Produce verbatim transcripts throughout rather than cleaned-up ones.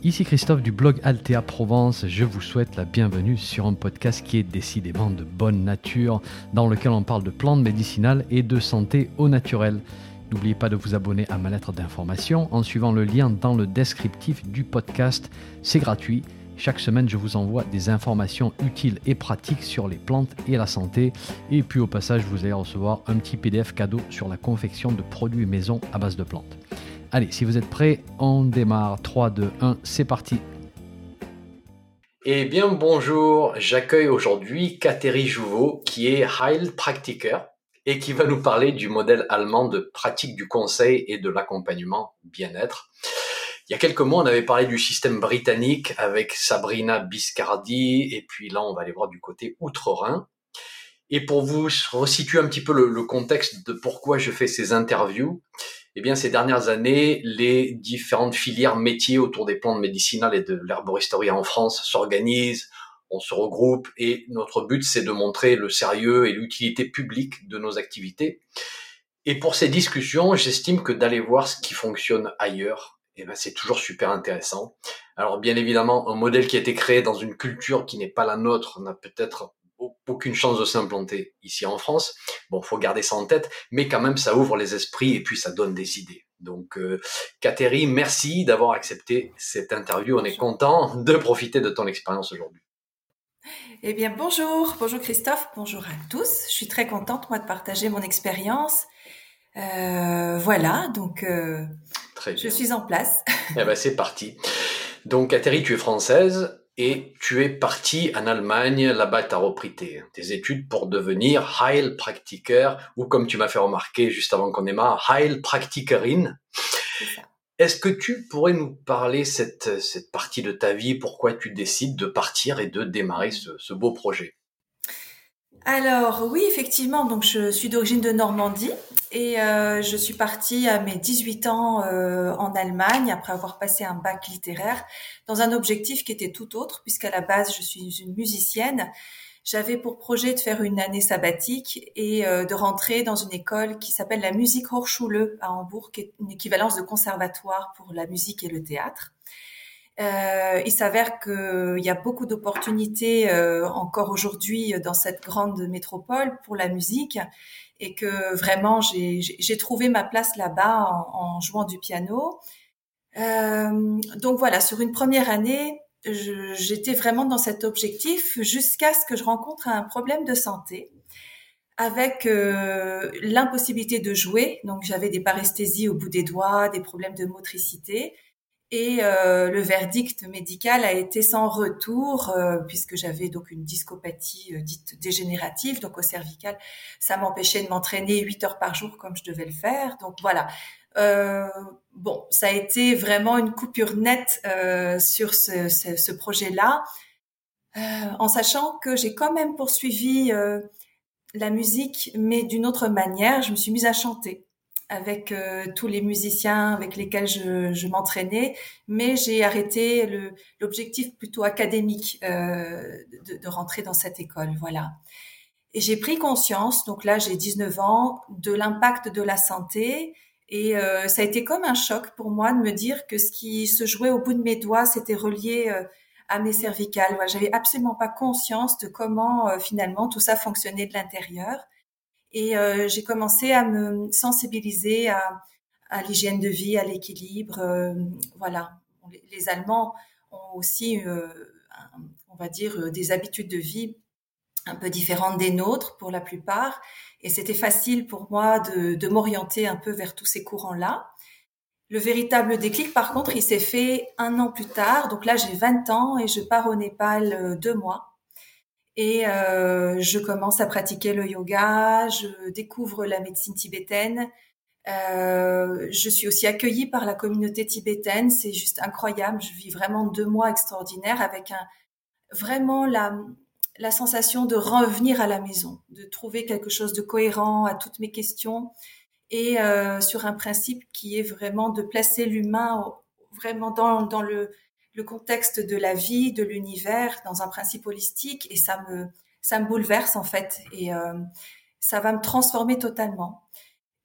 Ici Christophe du blog Altea Provence, je vous souhaite la bienvenue sur un podcast qui est décidément de bonne nature, dans lequel on parle de plantes médicinales et de santé au naturel. N'oubliez pas de vous abonner à ma lettre d'information en suivant le lien dans le descriptif du podcast, c'est gratuit. Chaque semaine, je vous envoie des informations utiles et pratiques sur les plantes et la santé. Et puis au passage, vous allez recevoir un petit P D F cadeau sur la confection de produits maison à base de plantes. Allez, si vous êtes prêts, on démarre. trois, deux, un, c'est parti. Eh bien, bonjour. J'accueille aujourd'hui Kateri Jouveau, qui est Heilpraktiker et qui va nous parler du modèle allemand de pratique du conseil et de l'accompagnement bien-être. Il y a quelques mois, on avait parlé du système britannique avec Sabrina Biscardi, et puis là, on va aller voir du côté outre-Rhin. Et pour vous resituer un petit peu le, le contexte de pourquoi je fais ces interviews, eh bien, ces dernières années, les différentes filières métiers autour des plantes médicinales et de l'herboristerie en France s'organisent, on se regroupe et notre but, c'est de montrer le sérieux et l'utilité publique de nos activités. Et pour ces discussions, j'estime que d'aller voir ce qui fonctionne ailleurs, eh ben, c'est toujours super intéressant. Alors, bien évidemment, un modèle qui a été créé dans une culture qui n'est pas la nôtre n'a peut-être aucune chance de s'implanter ici en France. Bon, faut garder ça en tête, mais quand même, ça ouvre les esprits et puis ça donne des idées. Donc, euh, Kateri, merci d'avoir accepté cette interview. On est content de profiter de ton expérience aujourd'hui. Eh bien, bonjour. Bonjour Christophe. Bonjour à tous. Je suis très contente, moi, de partager mon expérience. Euh, voilà, donc euh, très bien. Je suis en place. Eh ben, c'est parti. Donc, Kateri, tu es française. Et tu es parti en Allemagne, là-bas tu as repris tes, tes études pour devenir Heilpraktiker, ou comme tu m'as fait remarquer juste avant qu'on démarre, Heilpraktikerin. C'est ça. Est-ce que tu pourrais nous parler cette, cette partie de ta vie, pourquoi tu décides de partir et de démarrer ce, ce beau projet? Alors oui, effectivement, donc je suis d'origine de Normandie et euh, je suis partie à mes dix-huit ans euh, en Allemagne après avoir passé un bac littéraire dans un objectif qui était tout autre puisqu'à la base je suis une musicienne. J'avais pour projet de faire une année sabbatique et euh, de rentrer dans une école qui s'appelle la Musikhochschule à Hambourg, qui est une équivalence de conservatoire pour la musique et le théâtre. Euh, il s'avère qu'il y a beaucoup d'opportunités euh, encore aujourd'hui dans cette grande métropole pour la musique et que vraiment j'ai, j'ai trouvé ma place là-bas en, en jouant du piano. Euh, donc voilà, sur une première année, je, j'étais vraiment dans cet objectif jusqu'à ce que je rencontre un problème de santé avec euh, l'impossibilité de jouer. Donc j'avais des paresthésies au bout des doigts, des problèmes de motricité. Et euh, le verdict médical a été sans retour euh, puisque j'avais donc une discopathie euh, dite dégénérative, donc au cervical, ça m'empêchait de m'entraîner huit heures par jour comme je devais le faire. Donc voilà. Euh, bon, ça a été vraiment une coupure nette euh, sur ce, ce, ce projet-là, euh, en sachant que j'ai quand même poursuivi euh, la musique, mais d'une autre manière. Je me suis mise à chanter avec euh, tous les musiciens avec lesquels je, je m'entraînais, mais j'ai arrêté le, l'objectif plutôt académique euh, de, de rentrer dans cette école, voilà. Et j'ai pris conscience, donc là j'ai dix-neuf ans, de l'impact de la santé, et euh, ça a été comme un choc pour moi de me dire que ce qui se jouait au bout de mes doigts, c'était relié euh, à mes cervicales. Voilà, j'avais absolument pas conscience de comment euh, finalement tout ça fonctionnait de l'intérieur. Et euh, j'ai commencé à me sensibiliser à, à l'hygiène de vie, à l'équilibre. Euh, voilà, les, les Allemands ont aussi, euh, un, on va dire, des habitudes de vie un peu différentes des nôtres pour la plupart. Et c'était facile pour moi de, de m'orienter un peu vers tous ces courants-là. Le véritable déclic, par contre, il s'est fait un an plus tard. Donc là, j'ai vingt ans et je pars au Népal deux mois. Et euh, je commence à pratiquer le yoga, je découvre la médecine tibétaine. Euh, je suis aussi accueillie par la communauté tibétaine, c'est juste incroyable. Je vis vraiment deux mois extraordinaires avec un, vraiment la, la sensation de revenir à la maison, de trouver quelque chose de cohérent à toutes mes questions et euh, sur un principe qui est vraiment de placer l'humain vraiment dans, dans le le contexte de la vie, de l'univers, dans un principe holistique, et ça me ça me bouleverse en fait, et euh, ça va me transformer totalement.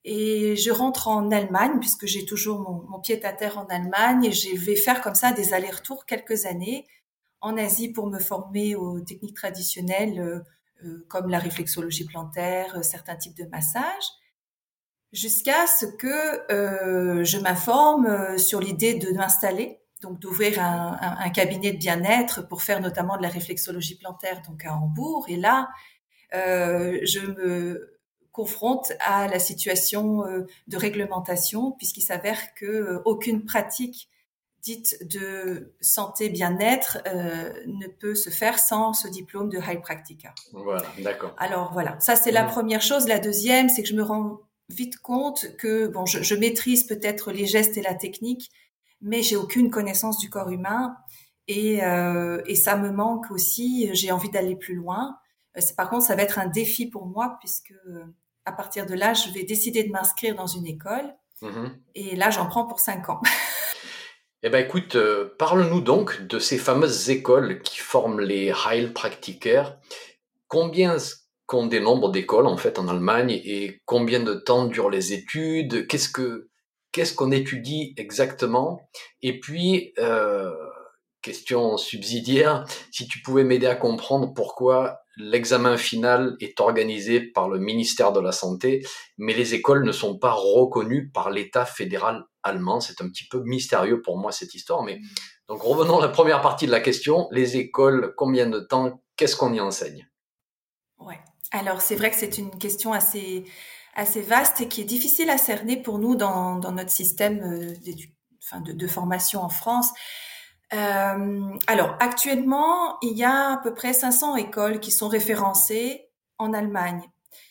Et je rentre en Allemagne, puisque j'ai toujours mon, mon pied-à-terre en Allemagne, et je vais faire comme ça des allers-retours quelques années en Asie pour me former aux techniques traditionnelles, euh, euh, comme la réflexologie plantaire, euh, certains types de massages, jusqu'à ce que euh, je m'informe sur l'idée de m'installer, donc d'ouvrir un, un, un cabinet de bien-être pour faire notamment de la réflexologie plantaire, donc à Hambourg. Et là, euh, je me confronte à la situation euh, de réglementation, puisqu'il s'avère que euh, aucune pratique dite de santé bien-être euh, ne peut se faire sans ce diplôme de Heilpraktiker. Voilà, d'accord. Alors voilà, ça c'est mmh. la première chose. La deuxième, c'est que je me rends vite compte que bon, je, je maîtrise peut-être les gestes et la technique, mais j'ai aucune connaissance du corps humain et, euh, et ça me manque aussi. J'ai envie d'aller plus loin. C'est, par contre, ça va être un défi pour moi puisque à partir de là, je vais décider de m'inscrire dans une école mmh. et là, j'en prends pour cinq ans. Eh ben écoute, euh, parle-nous donc de ces fameuses écoles qui forment les Heilpraktiker. Combien qu'on dénombre d'écoles en fait en Allemagne et combien de temps durent les études? Qu'est-ce que qu'est-ce qu'on étudie exactement? Et puis euh, question subsidiaire, si tu pouvais m'aider à comprendre pourquoi l'examen final est organisé par le ministère de la Santé, mais les écoles ne sont pas reconnues par l'État fédéral allemand. C'est un petit peu mystérieux pour moi cette histoire. Mais donc revenons à la première partie de la question. Les écoles, combien de temps? Qu'est-ce qu'on y enseigne? Ouais. Alors c'est vrai que c'est une question assez assez vaste et qui est difficile à cerner pour nous dans dans notre système euh, enfin, de, de formation en France. Euh, alors actuellement, il y a à peu près cinq cents écoles qui sont référencées en Allemagne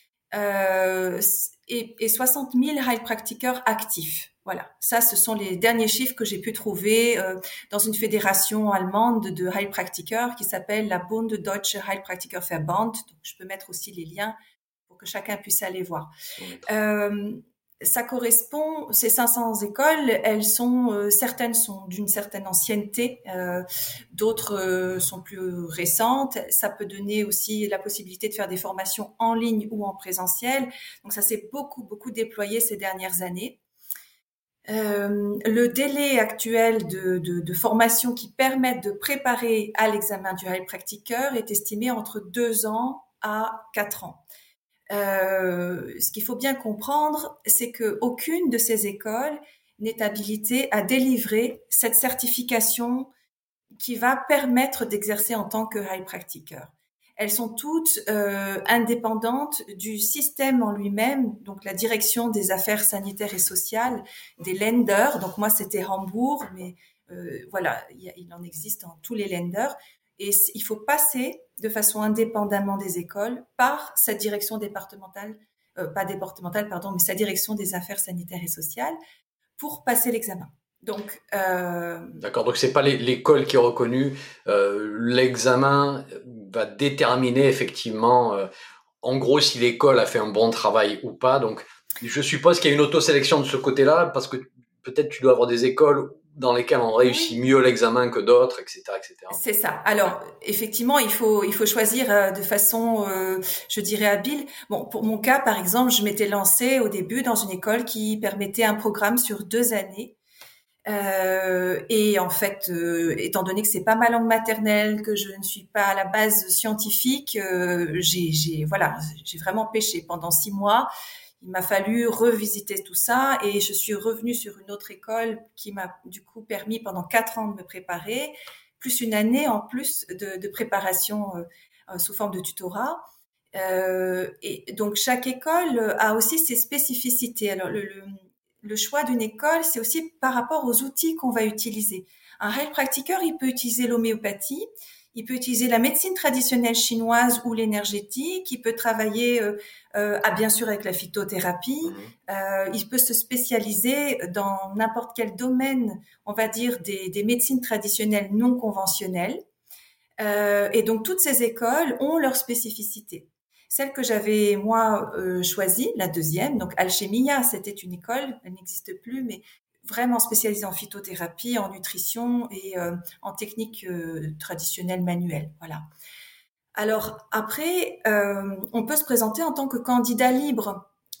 euh, et, et soixante mille Heilpraktiker actifs. Voilà, ça, ce sont les derniers chiffres que j'ai pu trouver euh, dans une fédération allemande de Heilpraktiker qui s'appelle la Bund Deutsche Heilpraktiker Verband. Donc, je peux mettre aussi les liens pour que chacun puisse aller voir. Euh, ça correspond, ces cinq cents écoles, elles sont, euh, certaines sont d'une certaine ancienneté, euh, d'autres euh, sont plus récentes. Ça peut donner aussi la possibilité de faire des formations en ligne ou en présentiel. Donc, ça s'est beaucoup, beaucoup déployé ces dernières années. Euh, le délai actuel de, de, de formation qui permettent de préparer à l'examen du Heilpraktiker est estimé entre deux ans à quatre ans. Euh, ce qu'il faut bien comprendre, c'est que aucune de ces écoles n'est habilitée à délivrer cette certification qui va permettre d'exercer en tant que Heilpraktiker. Elles sont toutes euh, indépendantes du système en lui-même, donc la direction des affaires sanitaires et sociales, des Länder. Donc moi, c'était Hambourg, mais euh, voilà, il, il en existe dans tous les Länder. Et il faut passer de façon indépendamment des écoles par cette direction départementale, euh, pas départementale, pardon, mais sa direction des affaires sanitaires et sociales pour passer l'examen. Donc, euh... D'accord, donc c'est pas l'école qui est reconnue, euh, l'examen va déterminer effectivement, euh, en gros, si l'école a fait un bon travail ou pas. Donc, je suppose qu'il y a une auto-sélection de ce côté-là, parce que peut-être tu dois avoir des écoles dans lesquelles on réussit oui. mieux l'examen que d'autres, et cetera, et cetera. C'est ça. Alors, effectivement, il faut il faut choisir euh, de façon, euh, je dirais, habile. Bon, pour mon cas, par exemple, je m'étais lancée au début dans une école qui permettait un programme sur deux années. Euh, et en fait, euh, étant donné que c'est pas ma langue maternelle, que je ne suis pas à la base scientifique, euh, j'ai, j'ai, voilà, j'ai vraiment pêché pendant six mois. Il m'a fallu revisiter tout ça et je suis revenue sur une autre école qui m'a du coup permis pendant quatre ans de me préparer, plus une année en plus de, de préparation euh, sous forme de tutorat. Euh, et donc chaque école a aussi ses spécificités. Alors le, le Le choix d'une école, c'est aussi par rapport aux outils qu'on va utiliser. Un Heilpraktiker, il peut utiliser l'homéopathie, il peut utiliser la médecine traditionnelle chinoise ou l'énergétique, il peut travailler, euh, euh, ah, bien sûr, avec la phytothérapie, mmh. euh, il peut se spécialiser dans n'importe quel domaine, on va dire, des, des médecines traditionnelles non conventionnelles. Euh, et donc, toutes ces écoles ont leurs spécificités. Celle que j'avais, moi, euh, choisie, la deuxième, donc Alchemia, c'était une école, elle n'existe plus, mais vraiment spécialisée en phytothérapie, en nutrition et euh, en techniques euh, traditionnelles manuelles. Voilà. Alors, après, euh, on peut se présenter en tant que candidat libre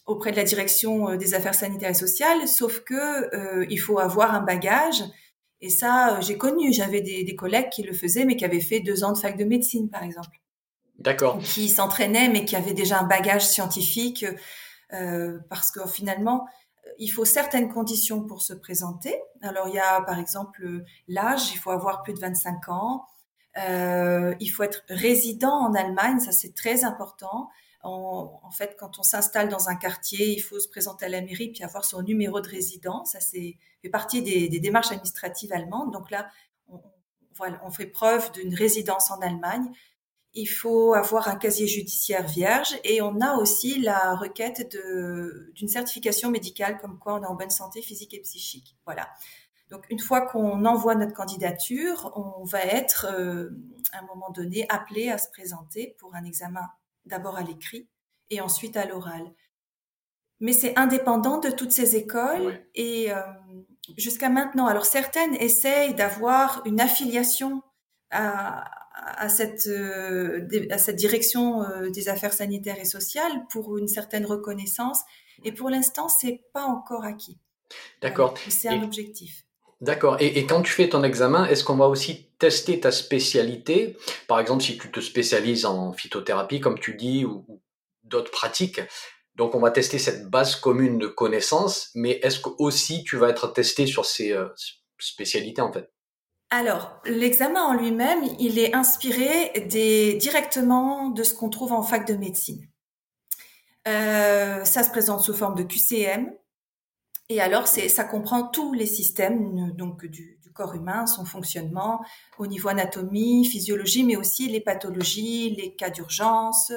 auprès de la direction des affaires sanitaires et sociales, sauf que euh, il faut avoir un bagage. Et ça, euh, j'ai connu, j'avais des, des collègues qui le faisaient, mais qui avaient fait deux ans de fac de médecine, par exemple. D'accord. Ou qui s'entraînaient, mais qui avaient déjà un bagage scientifique, euh, parce que finalement, il faut certaines conditions pour se présenter. Alors, il y a, par exemple, l'âge, il faut avoir plus de vingt-cinq ans. Euh, il faut être résident en Allemagne, ça c'est très important. On, en fait, quand on s'installe dans un quartier, il faut se présenter à la mairie puis avoir son numéro de résident. Ça c'est fait partie des, des démarches administratives allemandes. Donc là, on, voilà, on fait preuve d'une résidence en Allemagne. Il faut avoir un casier judiciaire vierge et on a aussi la requête de, d'une certification médicale comme quoi on est en bonne santé physique et psychique. Voilà. Donc, une fois qu'on envoie notre candidature, on va être, euh, à un moment donné, appelé à se présenter pour un examen d'abord à l'écrit et ensuite à l'oral. Mais c'est indépendant de toutes ces écoles Ouais. et euh, jusqu'à maintenant. Alors, certaines essayent d'avoir une affiliation à, à, cette, euh, à cette direction euh, des affaires sanitaires et sociales pour une certaine reconnaissance. Et pour l'instant, c'est pas encore acquis. D'accord. Voilà. Mais c'est un Et, objectif. d'accord. Et, et quand tu fais ton examen, est-ce qu'on va aussi tester ta spécialité? Par exemple, si tu te spécialises en phytothérapie, comme tu dis, ou, ou d'autres pratiques. Donc, on va tester cette base commune de connaissances, mais est-ce que aussi tu vas être testé sur ces euh, spécialités, en fait? Alors, l'examen en lui-même, il est inspiré des, directement de ce qu'on trouve en fac de médecine. Euh, ça se présente sous forme de Q C M. Et alors, c'est, ça comprend tous les systèmes donc du, du corps humain, son fonctionnement au niveau anatomie, physiologie, mais aussi les pathologies, les cas d'urgence.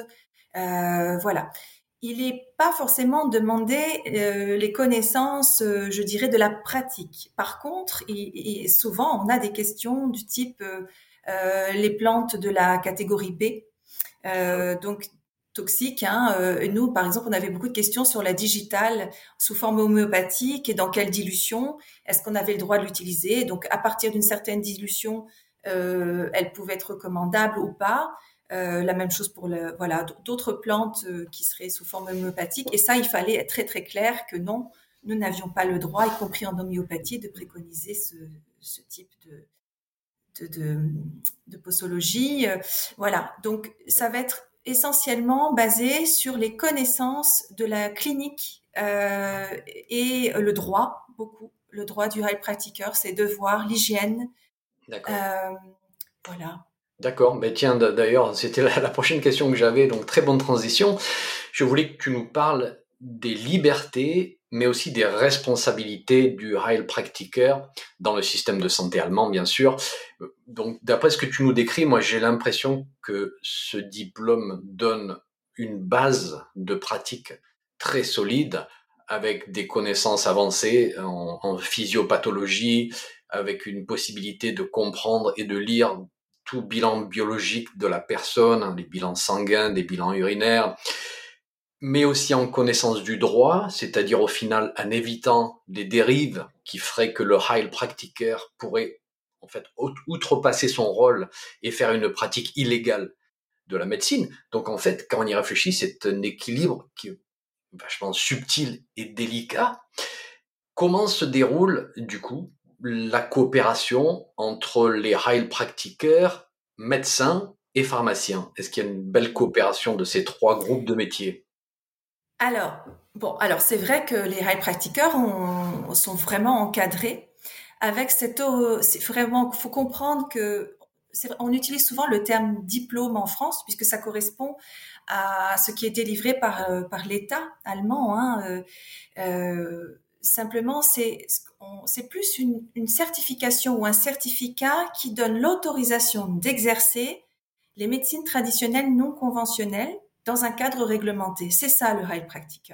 Euh, voilà. Il n'est pas forcément demandé euh, les connaissances, euh, je dirais, de la pratique. Par contre, il, il, souvent, on a des questions du type euh, euh, les plantes de la catégorie B, euh, donc toxiques. Hein. Euh, nous, par exemple, on avait beaucoup de questions sur la digitale sous forme homéopathique et dans quelle dilution. Est-ce qu'on avait le droit de l'utiliser? Donc, à partir d'une certaine dilution, euh, elle pouvait être recommandable ou pas. Euh, la même chose pour le, voilà, d'autres plantes euh, qui seraient sous forme homéopathique. Et ça, il fallait être très très clair que non, nous n'avions pas le droit, y compris en homéopathie, de préconiser ce, ce type de, de, de, de posologie. Euh, voilà. Donc, ça va être essentiellement basé sur les connaissances de la clinique euh, et le droit, beaucoup. Le droit du heilpraktiker, ses devoirs, l'hygiène. D'accord. Euh, voilà. D'accord, mais tiens, d'ailleurs, c'était la, la prochaine question que j'avais, donc très bonne transition. Je voulais que tu nous parles des libertés, mais aussi des responsabilités du Heilpraktiker dans le système de santé allemand, bien sûr. Donc, d'après ce que tu nous décris, moi, j'ai l'impression que ce diplôme donne une base de pratique très solide, avec des connaissances avancées en, en physiopathologie, avec une possibilité de comprendre et de lire tout bilan biologique de la personne, les bilans sanguins, des bilans urinaires, mais aussi en connaissance du droit, c'est-à-dire au final en évitant des dérives qui feraient que le Heilpraktiker pourrait en fait outrepasser son rôle et faire une pratique illégale de la médecine. Donc en fait, quand on y réfléchit, c'est un équilibre qui est vachement subtil et délicat. Comment se déroule du coup la coopération entre les Heilpraktiker, médecins et pharmaciens? Est-ce qu'il y a une belle coopération de ces trois groupes de métiers? Alors, bon, alors c'est vrai que les heilpraktikers ont, sont vraiment encadrés avec cette, c'est vraiment, faut comprendre que on utilise souvent le terme diplôme en France puisque ça correspond à ce qui est délivré par par l'État allemand. Hein. Euh, euh, simplement, c'est c'est plus une, une certification ou un certificat qui donne l'autorisation d'exercer les médecines traditionnelles non conventionnelles dans un cadre réglementé. C'est ça le Heilpraktiker.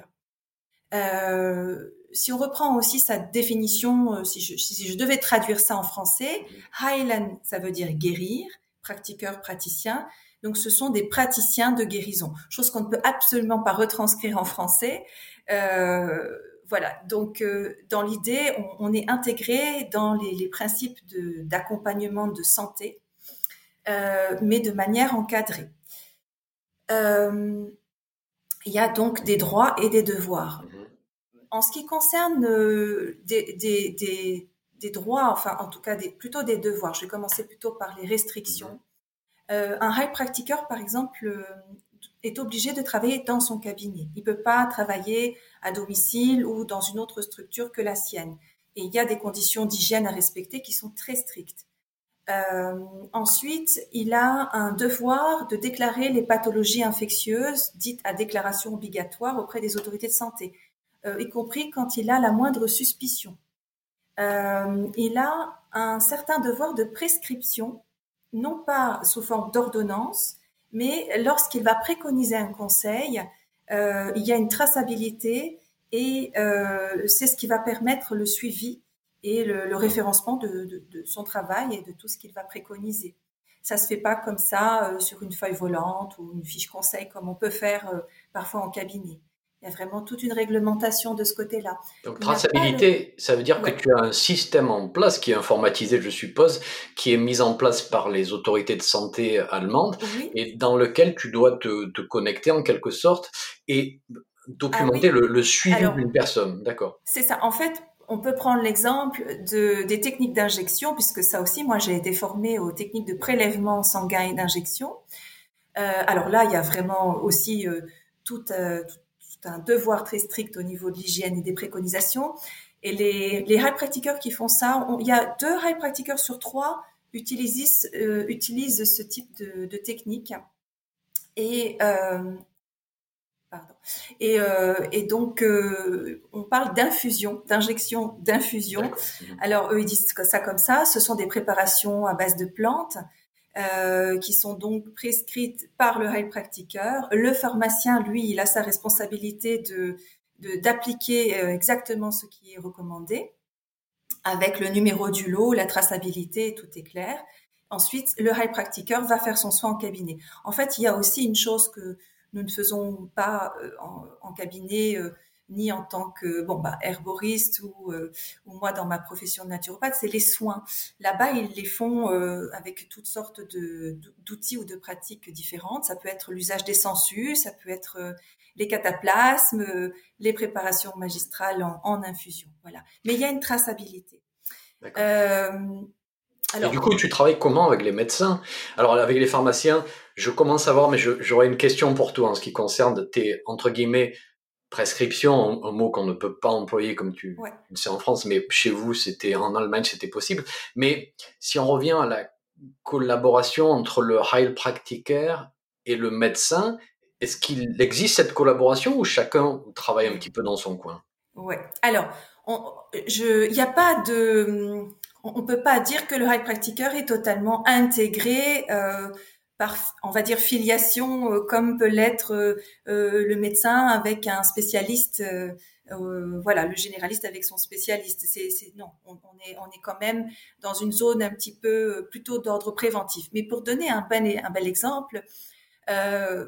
Euh, si on reprend aussi sa définition, euh, si, je, si je devais traduire ça en français, Heilen, ça veut dire guérir, pratiqueur, praticien. Donc, ce sont des praticiens de guérison, chose qu'on ne peut absolument pas retranscrire en français. Euh, voilà. Donc, euh, dans l'idée, on, on est intégré dans les, les principes de, d'accompagnement de santé, euh, mais de manière encadrée. Euh, il y a donc des droits et des devoirs. Mhm. En ce qui concerne euh, des, des, des, des droits, enfin en tout cas des, plutôt des devoirs, je vais commencer plutôt par les restrictions. Mhm. Euh, un heilpraktiker, par exemple, euh, est obligé de travailler dans son cabinet. Il ne peut pas travailler à domicile ou dans une autre structure que la sienne. Et il y a des conditions d'hygiène à respecter qui sont très strictes. Euh, ensuite, il a un devoir de déclarer les pathologies infectieuses dites à déclaration obligatoire auprès des autorités de santé, euh, y compris quand il a la moindre suspicion. Euh, il a un certain devoir de prescription, non pas sous forme d'ordonnance, mais lorsqu'il va préconiser un conseil, euh, il y a une traçabilité et euh, c'est ce qui va permettre le suivi et le, le référencement de, de, de son travail et de tout ce qu'il va préconiser. Ça se fait pas comme ça euh, sur une feuille volante ou une fiche conseil comme on peut faire euh, parfois en cabinet. Il y a vraiment toute une réglementation de ce côté-là. Donc, Il n'a pas le... traçabilité, ça veut dire que Ouais. tu as un système en place qui est informatisé, je suppose, qui est mis en place par les autorités de santé allemandes Oui. et dans lequel tu dois te, te connecter en quelque sorte et Ah documenter oui. le, le suivi Alors, d'une personne. D'accord. c'est ça. En fait, on peut prendre l'exemple de, des techniques d'injection, puisque ça aussi, moi, j'ai été formée aux techniques de prélèvement sanguin et d'injection. Euh, alors là, il y a vraiment aussi euh, tout, euh, tout, tout un devoir très strict au niveau de l'hygiène et des préconisations. Et les, les heilpraktikers qui font ça, on, il y a deux heilpraktikers sur trois utilisent, euh, utilisent ce type de, de technique. Et euh, Pardon. Et, euh, et donc, euh, on parle d'infusion, d'injection d'infusion. D'accord. Mhm. Alors, eux, ils disent ça comme ça. Ce sont des préparations à base de plantes euh, qui sont donc prescrites par le heilpraktiker. Le pharmacien, lui, il a sa responsabilité de, de d'appliquer euh, exactement ce qui est recommandé avec le numéro du lot, la traçabilité, tout est clair. Ensuite, le heilpraktiker va faire son soin en cabinet. En fait, il y a aussi une chose que nous ne faisons pas euh, en, en cabinet, euh, ni en tant que bon bah herboriste ou, euh, ou moi dans ma profession de naturopathe, c'est les soins. Là-bas, ils les font euh, avec toutes sortes de, d'outils ou de pratiques différentes. Ça peut être l'usage des sangsues, ça peut être euh, les cataplasmes, euh, les préparations magistrales en, en infusion. Voilà. Mais il y a une traçabilité. D'accord. Euh, Et du alors, coup, tu travailles comment avec les médecins? Alors, avec les pharmaciens, je commence à voir, mais je- j'aurais une question pour toi en ce qui concerne tes, entre guillemets, prescriptions, un, un mot qu'on ne peut pas employer comme tu, ouais. tu le sais en France, mais chez vous, c'était, en Allemagne, c'était possible. Mais si on revient à la collaboration entre le Heilpraktiker et le médecin, est-ce qu'il existe cette collaboration ou chacun travaille un petit peu dans son coin? Ouais. Alors, on, je, il n'y a pas de, on peut pas dire que le heilpraktiker est totalement intégré euh, par, on va dire, filiation, euh, comme peut l'être euh, euh, le médecin avec un spécialiste. Euh, euh, voilà, le généraliste avec son spécialiste. C'est, c'est non, on, on est, on est quand même dans une zone un petit peu euh, plutôt d'ordre préventif. Mais pour donner un bel, un bel exemple. Euh,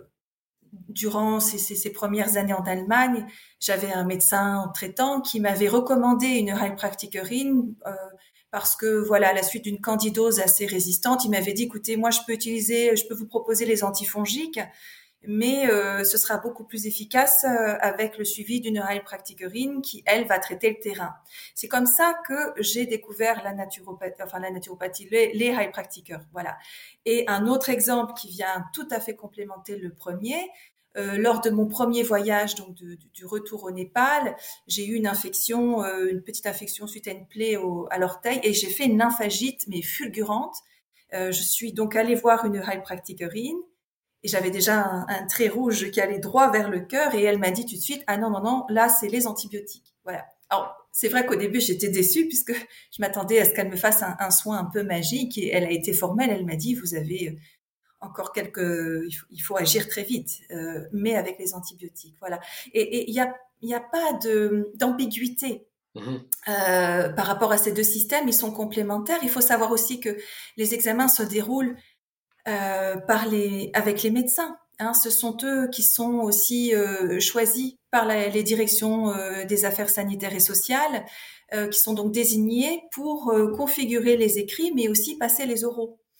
Durant ces, ces, ces premières années en Allemagne, j'avais un médecin traitant qui m'avait recommandé une heilpraktikerin euh, parce que voilà, à la suite d'une candidose assez résistante, il m'avait dit écoutez, moi je peux utiliser, je peux vous proposer les antifongiques, mais euh, ce sera beaucoup plus efficace euh, avec le suivi d'une heilpraktikerin qui elle va traiter le terrain. C'est comme ça que j'ai découvert la naturopathie, enfin la naturopathie, les, les heilpraktikers, voilà. Et un autre exemple qui vient tout à fait complémenter le premier. Euh, lors de mon premier voyage, donc de, de, du retour au Népal, j'ai eu une infection, euh, une petite infection suite à une plaie au, à l'orteil, et j'ai fait une lymphagite mais fulgurante. Euh, je suis donc allée voir une heilpraktikerin et j'avais déjà un, un trait rouge qui allait droit vers le cœur, et elle m'a dit tout de suite ah non non non, là c'est les antibiotiques. Voilà. Alors c'est vrai qu'au début j'étais déçue puisque je m'attendais à ce qu'elle me fasse un, un soin un peu magique, et elle a été formelle. Elle m'a dit vous avez encore quelques, il faut, il faut agir très vite, euh, mais avec les antibiotiques, voilà. Et il y a, il y a pas de d'ambiguïté Mmh. euh, par rapport à ces deux systèmes. Ils sont complémentaires. Il faut savoir aussi que les examens se déroulent euh, par les, avec les médecins. Hein. Ce sont eux qui sont aussi euh, choisis par la, les directions euh, des affaires sanitaires et sociales, euh, qui sont donc désignés pour euh, configurer les écrits, mais aussi passer les oraux.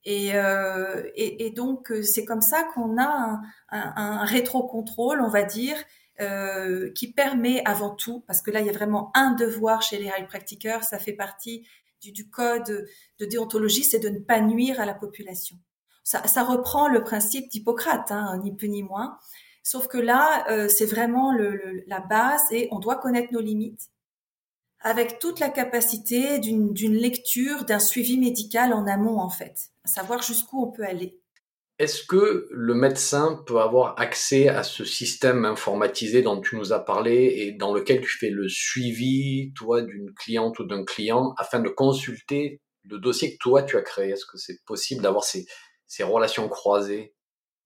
Et, euh, et, et donc, c'est comme ça qu'on a un, un, un rétro-contrôle, on va dire, euh, qui permet avant tout, parce que là, il y a vraiment un devoir chez les heilpraktikers, ça fait partie du, du code de déontologie, c'est de ne pas nuire à la population. Ça, ça reprend le principe d'Hippocrate, hein, ni plus ni moins. Sauf que là, euh, c'est vraiment le, le, la base et on doit connaître nos limites avec toute la capacité d'une, d'une lecture, d'un suivi médical en amont, en fait, à savoir jusqu'où on peut aller. Est-ce que le médecin peut avoir accès à ce système informatisé dont tu nous as parlé et dans lequel tu fais le suivi, toi, d'une cliente ou d'un client, afin de consulter le dossier que toi, tu as créé? Est-ce que c'est possible d'avoir ces, ces relations croisées?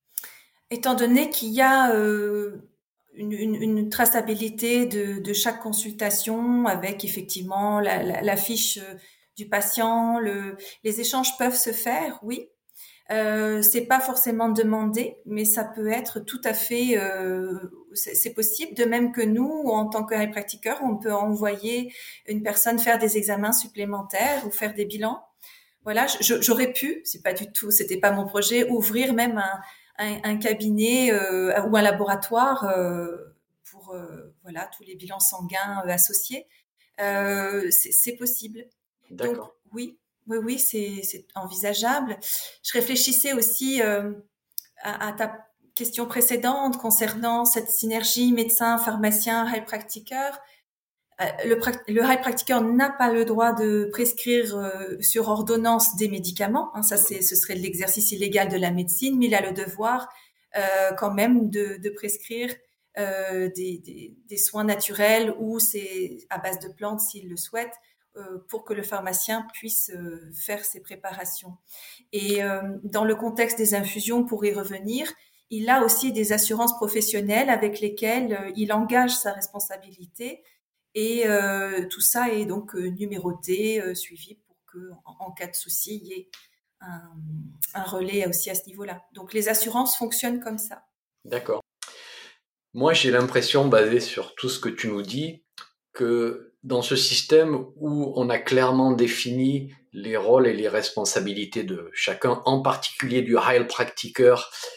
Étant donné qu'il y a euh, une, une, une traçabilité de, de chaque consultation avec effectivement la, la, la fiche du patient, le, les échanges peuvent se faire, oui. Euh, c'est pas forcément demandé, mais ça peut être tout à fait, euh, c'est, c'est possible. De même que nous, en tant que heilpraktiker, on peut envoyer une personne faire des examens supplémentaires ou faire des bilans. Voilà, je, j'aurais pu, c'est pas du tout, c'était pas mon projet, ouvrir même un, un, un cabinet euh, ou un laboratoire euh, pour euh, voilà tous les bilans sanguins euh, associés. Euh, c'est, c'est possible. Donc D'accord. oui, oui, oui, c'est, c'est envisageable. Je réfléchissais aussi euh, à, à ta question précédente concernant cette synergie médecin-pharmacien, heilpraktiker. Euh, le, le heilpraktiker n'a pas le droit de prescrire euh, sur ordonnance des médicaments. Hein, ça, c'est, ce serait l'exercice illégal de la médecine, mais il a le devoir euh, quand même de, de prescrire euh, des, des, des soins naturels ou c'est à base de plantes s'il le souhaite euh, pour que le pharmacien puisse euh, faire ses préparations. Et euh, dans le contexte des infusions, pour y revenir, il a aussi des assurances professionnelles avec lesquelles euh, il engage sa responsabilité et euh, tout ça est donc euh, numéroté, euh, suivi pour que, en, en cas de souci, il y ait un, un relais aussi à ce niveau-là. Donc les assurances fonctionnent comme ça. D'accord. Moi, j'ai l'impression, basée sur tout ce que tu nous dis, que dans ce système où on a clairement défini les rôles et les responsabilités de chacun, en particulier du heilpraktiker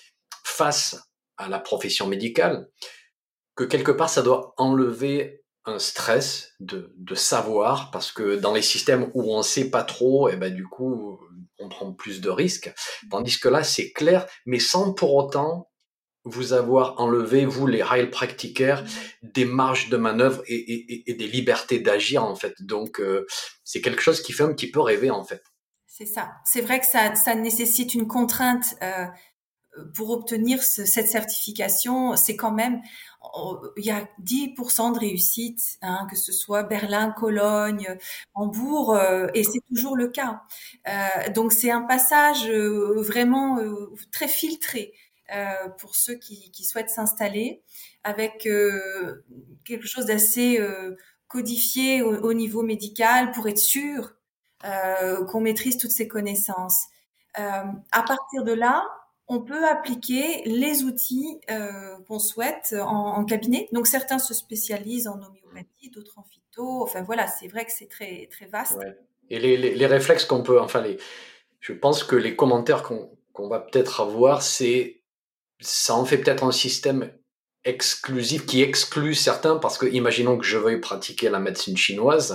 face à la profession médicale, que quelque part ça doit enlever un stress de, de savoir, parce que dans les systèmes où on sait pas trop, et ben du coup on prend plus de risques, tandis que là c'est clair, mais sans pour autant vous avoir enlevé, vous les heilpraktikers, des marges de manœuvre et, et, et des libertés d'agir en fait. Donc euh, c'est quelque chose qui fait un petit peu rêver en fait. C'est ça. C'est vrai que ça, ça nécessite une contrainte euh, pour obtenir ce, cette certification. C'est quand même, il y a dix pour cent de réussite, hein, que ce soit Berlin, Cologne, Hambourg, euh, et c'est toujours le cas. Euh, donc c'est un passage euh, vraiment euh, très filtré. Euh, pour ceux qui, qui souhaitent s'installer, avec euh, quelque chose d'assez euh, codifié au, au niveau médical pour être sûr euh, qu'on maîtrise toutes ces connaissances. Euh, à partir de là, on peut appliquer les outils euh, qu'on souhaite en, en cabinet. Donc certains se spécialisent en homéopathie, d'autres en phyto. Enfin voilà, c'est vrai que c'est très très vaste. Ouais. Et les, les, les réflexes qu'on peut, enfin les, je pense que les commentaires qu'on qu'on va peut-être avoir, c'est ça en fait peut-être un système exclusif qui exclut certains, parce que imaginons que je veuille pratiquer la médecine chinoise,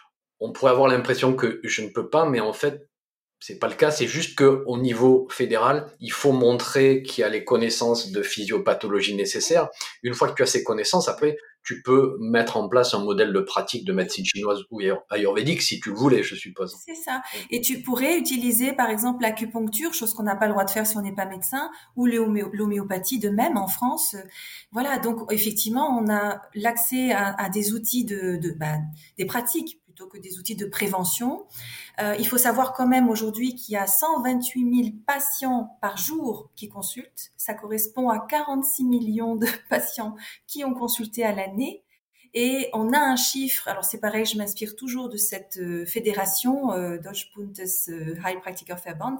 on pourrait avoir l'impression que je ne peux pas, mais en fait c'est pas le cas. C'est juste que au niveau fédéral, il faut montrer qu'il y a les connaissances de physiopathologie nécessaires. Une fois que tu as ces connaissances, après tu peux mettre en place un modèle de pratique de médecine chinoise ou ayurvédique si tu le voulais, je suppose. C'est ça. Et tu pourrais utiliser, par exemple, l'acupuncture, chose qu'on n'a pas le droit de faire si on n'est pas médecin, ou l'homéo- l'homéopathie de même en France. Voilà. Donc, effectivement, on a l'accès à, à des outils de, de bah, des pratiques plutôt que des outils de prévention. Euh, il faut savoir quand même aujourd'hui qu'il y a cent vingt-huit mille patients par jour qui consultent. Ça correspond à quarante-six millions de patients qui ont consulté à l'année. Et on a un chiffre, alors c'est pareil, je m'inspire toujours de cette euh, fédération, euh, Deutsche Bundes euh, Heilpraktikerverband,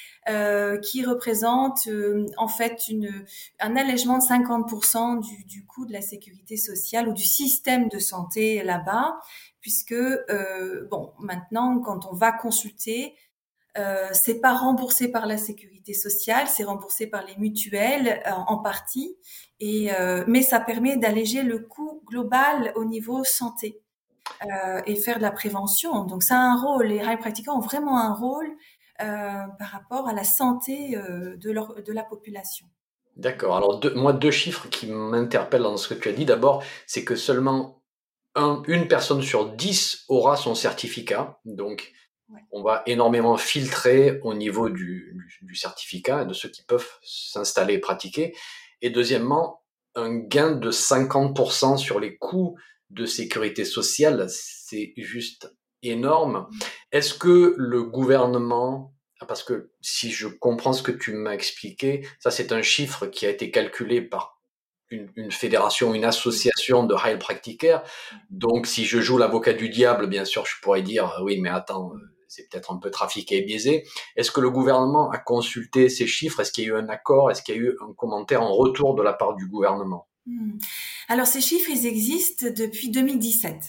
euh, qui représente euh, en fait une, un allègement de cinquante pour cent du, du coût de la sécurité sociale ou du système de santé là-bas, puisque euh, bon, maintenant quand on va consulter, Euh, c'est pas remboursé par la sécurité sociale, c'est remboursé par les mutuelles euh, en partie, et euh, mais ça permet d'alléger le coût global au niveau santé euh, et faire de la prévention. Donc ça a un rôle. Les chiropracteurs ont vraiment un rôle euh, par rapport à la santé euh, de leur de la population. D'accord. Alors, deux, moi, deux chiffres qui m'interpellent dans ce que tu as dit. D'abord, c'est que seulement un, une personne sur dix aura son certificat. Donc, Ouais. on va énormément filtrer au niveau du, du, du certificat et de ceux qui peuvent s'installer et pratiquer. Et deuxièmement, un gain de cinquante pour cent sur les coûts de sécurité sociale, c'est juste énorme. Est-ce que le gouvernement, parce que si je comprends ce que tu m'as expliqué, ça c'est un chiffre qui a été calculé par une, une fédération, une association de chiropracteurs. Donc si je joue l'avocat du diable, bien sûr, je pourrais dire oui, mais attends, c'est peut-être un peu trafiqué et biaisé. Est-ce que le gouvernement a consulté ces chiffres? Est-ce qu'il y a eu un accord? Est-ce qu'il y a eu un commentaire en retour de la part du gouvernement? Hmm. Alors ces chiffres, ils existent depuis deux mille dix-sept.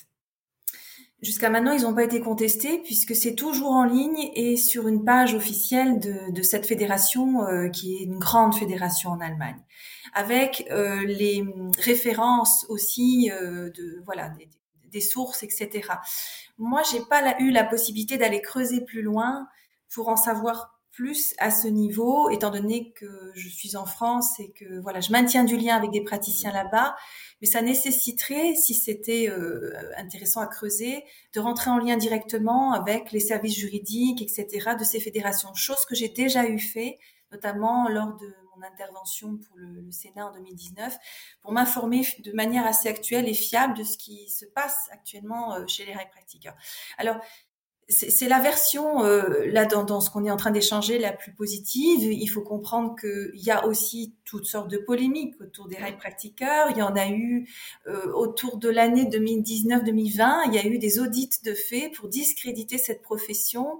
Jusqu'à maintenant, ils n'ont pas été contestés puisque c'est toujours en ligne et sur une page officielle de, de cette fédération euh, qui est une grande fédération en Allemagne, avec euh, les références aussi euh, de voilà des, des sources, et cetera. Moi, j'ai pas la, eu la possibilité d'aller creuser plus loin pour en savoir plus à ce niveau, étant donné que je suis en France et que voilà, je maintiens du lien avec des praticiens là-bas. Mais ça nécessiterait, si c'était euh, intéressant à creuser, de rentrer en lien directement avec les services juridiques, et cetera, de ces fédérations. Chose que j'ai déjà eu fait, notamment lors de mon intervention pour le, le Sénat en deux mille dix-neuf, pour m'informer de manière assez actuelle et fiable de ce qui se passe actuellement euh, chez les chiropracteurs. Alors, c'est, c'est la version euh, là dans, dans ce qu'on est en train d'échanger la plus positive. Il faut comprendre qu'il y a aussi toutes sortes de polémiques autour des chiropracteurs. Il y en a eu euh, autour de l'année deux mille dix-neuf deux mille vingt. Il y a eu des audits de fait pour discréditer cette profession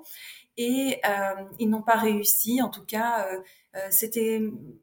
et euh, ils n'ont pas réussi. En tout cas, euh, euh, c'était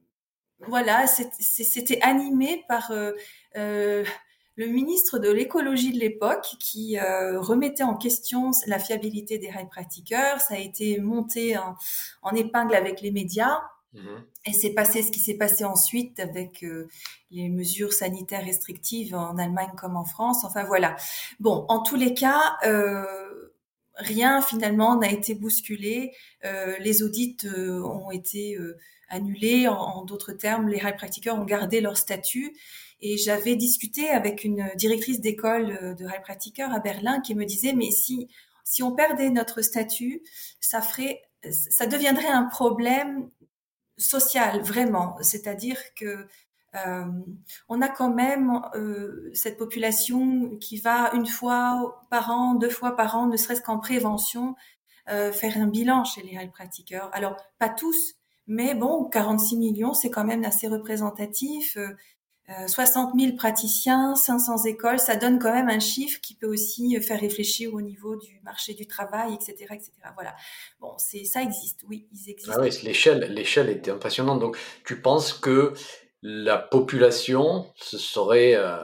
voilà, c'était, c'était animé par euh, euh, le ministre de l'écologie de l'époque qui euh, remettait en question la fiabilité des chiropracteurs. Ça a été monté en, en épingle avec les médias. Mmh. Et c'est passé ce qui s'est passé ensuite avec euh, les mesures sanitaires restrictives en Allemagne comme en France. Enfin voilà. Bon, en tous les cas, euh, rien finalement n'a été bousculé. Euh, les audits euh, ont été euh, annulés. En, en d'autres termes, les chiropracteurs ont gardé leur statut. Et j'avais discuté avec une directrice d'école de chiropracteurs à Berlin qui me disait mais si si on perdait notre statut, ça ferait ça deviendrait un problème social vraiment, c'est-à-dire que euh, on a quand même euh, cette population qui va une fois par an, deux fois par an, ne serait-ce qu'en prévention, euh, faire un bilan chez les chiropracteurs. Alors pas tous, mais bon, quarante-six millions, c'est quand même assez représentatif. Euh, Euh, soixante mille praticiens, cinq cents écoles, ça donne quand même un chiffre qui peut aussi faire réfléchir au niveau du marché du travail, et cetera, et cetera. Voilà. Bon, c'est ça existe, oui, ils existent. Ah oui, l'échelle, l'échelle était impressionnante. Donc, tu penses que la population se serait euh,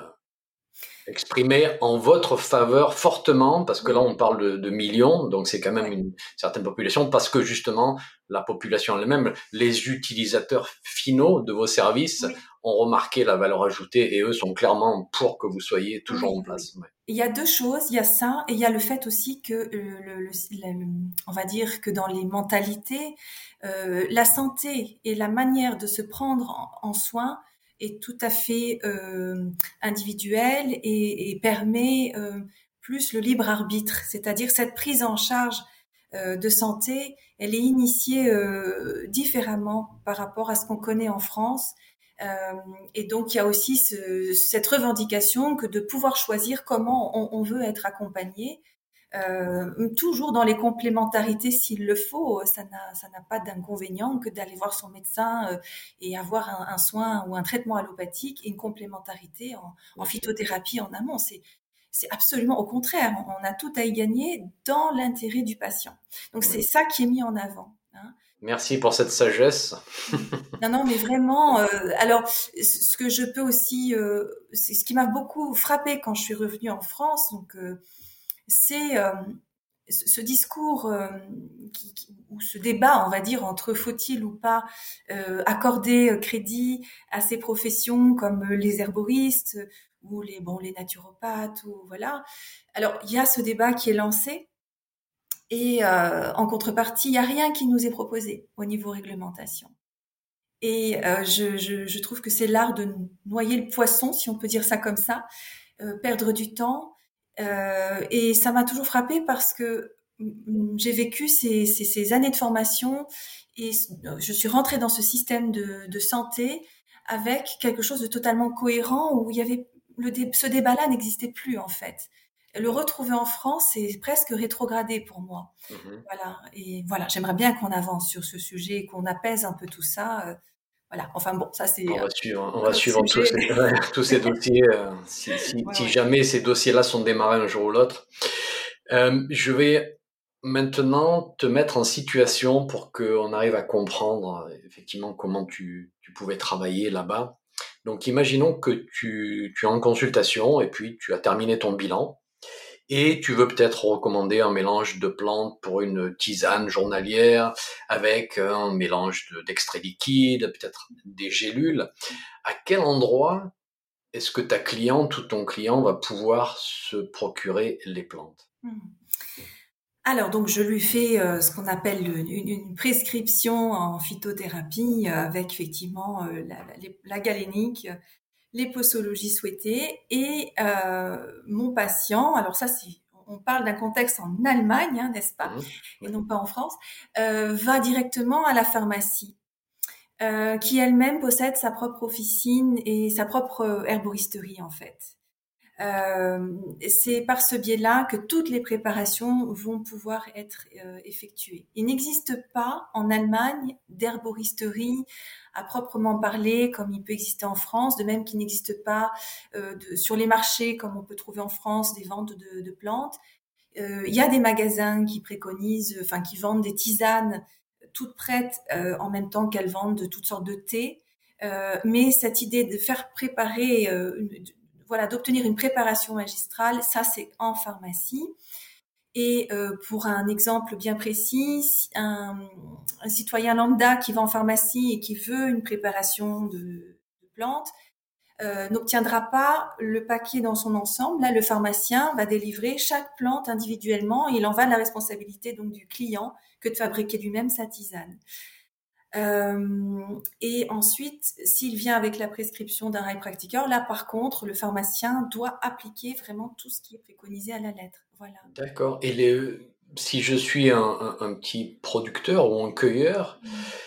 exprimée en votre faveur fortement, parce que là, on parle de, de millions, donc c'est quand même ouais. une certaine population, parce que justement, la population elle-même, les utilisateurs finaux de vos services oui. ont remarqué la valeur ajoutée et eux sont clairement pour que vous soyez toujours oui, en place. Oui. Ouais. Il y a deux choses, il y a ça et il y a le fait aussi que le, le, le, le, on va dire que dans les mentalités, euh, la santé et la manière de se prendre en, en soin est tout à fait euh, individuelle et, et permet euh, plus le libre arbitre, c'est-à-dire cette prise en charge euh, de santé, elle est initiée euh, différemment par rapport à ce qu'on connaît en France. Euh, et donc il y a aussi ce, cette revendication que de pouvoir choisir comment on, on veut être accompagné, euh, toujours dans les complémentarités s'il le faut. Ça n'a, ça n'a pas d'inconvénient que d'aller voir son médecin euh, et avoir un, un soin ou un traitement allopathique et une complémentarité en, en phytothérapie en amont. C'est, c'est absolument au contraire. On a tout à y gagner dans l'intérêt du patient. Donc c'est ça qui est mis en avant. Hein. Merci pour cette sagesse. Non, non, mais vraiment. Euh, alors, ce que je peux aussi, euh, c'est ce qui m'a beaucoup frappé quand je suis revenue en France. Donc, euh, c'est euh, ce discours euh, qui, qui, ou ce débat, on va dire, entre faut-il ou pas euh, accorder crédit à ces professions comme les herboristes ou les bon les naturopathes ou voilà. Alors il y a ce débat qui est lancé et euh, en contrepartie il y a rien qui nous est proposé au niveau réglementation. Et euh, je, je, je trouve que c'est l'art de noyer le poisson, si on peut dire ça comme ça, euh, perdre du temps. Euh, et ça m'a toujours frappée parce que j'ai vécu ces, ces, ces années de formation et je suis rentrée dans ce système de, de santé avec quelque chose de totalement cohérent où il y avait le dé, ce débat-là n'existait plus en fait. Le retrouver en France, c'est presque rétrogradé pour moi. Mmh. Voilà. Et voilà, j'aimerais bien qu'on avance sur ce sujet, qu'on apaise un peu tout ça. Euh, voilà. Enfin bon, ça c'est. On va suivre, on va suivre tous ces, tous ces dossiers. Euh, si, si, ouais, si ouais. jamais ces dossiers-là sont démarrés un jour ou l'autre. Euh, je vais maintenant te mettre en situation pour qu'on arrive à comprendre effectivement comment tu, tu pouvais travailler là-bas. Donc, imaginons que tu, tu es en consultation et puis tu as terminé ton bilan et tu veux peut-être recommander un mélange de plantes pour une tisane journalière avec un mélange de, d'extrait liquide, peut-être des gélules. À quel endroit est-ce que ta cliente ou ton client va pouvoir se procurer les plantes ? Mmh. Alors, donc, je lui fais euh, ce qu'on appelle une, une prescription en phytothérapie euh, avec effectivement euh, la, la, la galénique, les posologies souhaitées et euh, mon patient, alors ça, c'est, on parle d'un contexte en Allemagne, hein, n'est-ce pas, mmh, et ouais. non pas en France, euh, va directement à la pharmacie euh, qui elle-même possède sa propre officine et sa propre herboristerie en fait. Euh, c'est par ce biais-là que toutes les préparations vont pouvoir être euh, effectuées. Il n'existe pas en Allemagne d'herboristerie à proprement parler comme il peut exister en France, de même qu'il n'existe pas euh, de, sur les marchés comme on peut trouver en France des ventes de, de plantes. Euh, il y a des magasins qui préconisent, enfin qui vendent des tisanes toutes prêtes euh, en même temps qu'elles vendent de toutes sortes de thés. Euh, mais cette idée de faire préparer euh, une, voilà, d'obtenir une préparation magistrale, ça c'est en pharmacie. Et euh, pour un exemple bien précis, un, un citoyen lambda qui va en pharmacie et qui veut une préparation de, de plantes euh, n'obtiendra pas le paquet dans son ensemble. Là, le pharmacien va délivrer chaque plante individuellement et il en va de la responsabilité donc du client que de fabriquer lui-même sa tisane. Euh, et ensuite, s'il vient avec la prescription d'un heilpraktiker, là par contre, le pharmacien doit appliquer vraiment tout ce qui est préconisé à la lettre. Voilà. D'accord. Et les, si je suis un, un, un petit producteur ou un cueilleur, mmh.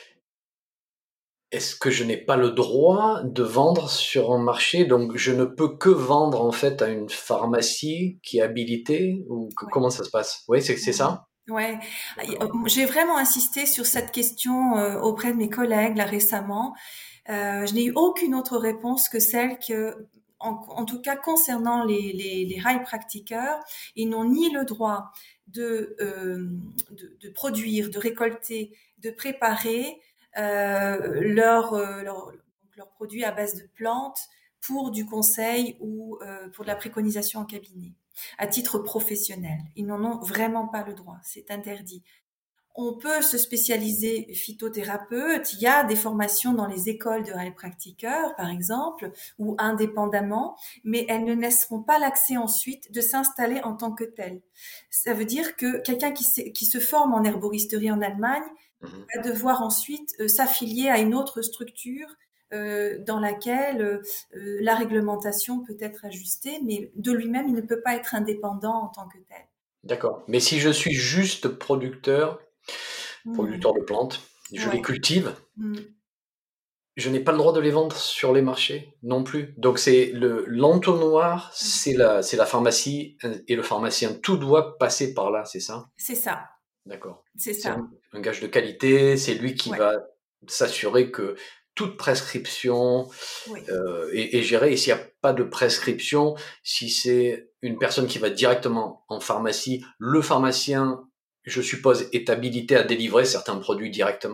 est-ce que je n'ai pas le droit de vendre sur un marché? Donc, je ne peux que vendre en fait à une pharmacie qui est habilitée ou que, ouais. Comment ça se passe? Oui, c'est, c'est mmh. ça? Ouais, j'ai vraiment insisté sur cette question euh, auprès de mes collègues là récemment. Euh, je n'ai eu aucune autre réponse que celle que, en, en tout cas concernant les les, les heilpraktikers, ils n'ont ni le droit de, euh, de de produire, de récolter, de préparer euh, leurs leur, leur produits à base de plantes pour du conseil ou euh, pour de la préconisation en cabinet. À titre professionnel. Ils n'en ont vraiment pas le droit, c'est interdit. On peut se spécialiser phytothérapeute, il y a des formations dans les écoles de heilpraktikers, par exemple, ou indépendamment, mais elles ne laisseront pas l'accès ensuite de s'installer en tant que tel. Ça veut dire que quelqu'un qui, se, qui se forme en herboristerie en Allemagne mmh. va devoir ensuite euh, s'affilier à une autre structure Euh, dans laquelle euh, la réglementation peut être ajustée, mais de lui-même, il ne peut pas être indépendant en tant que tel. D'accord. Mais si je suis juste producteur, mmh. producteur de plantes, je ouais. les cultive, mmh. je n'ai pas le droit de les vendre sur les marchés non plus. Donc c'est le l'entonnoir, mmh. c'est la c'est la pharmacie et le pharmacien. Tout doit passer par là, c'est ça? C'est ça. D'accord. C'est, c'est ça. Un, un gage de qualité. C'est lui qui ouais. va s'assurer que toute prescription oui. euh, est, est gérée. Et s'il n'y a pas de prescription, si c'est une personne qui va directement en pharmacie, le pharmacien, je suppose, est habilité à délivrer certains produits directement.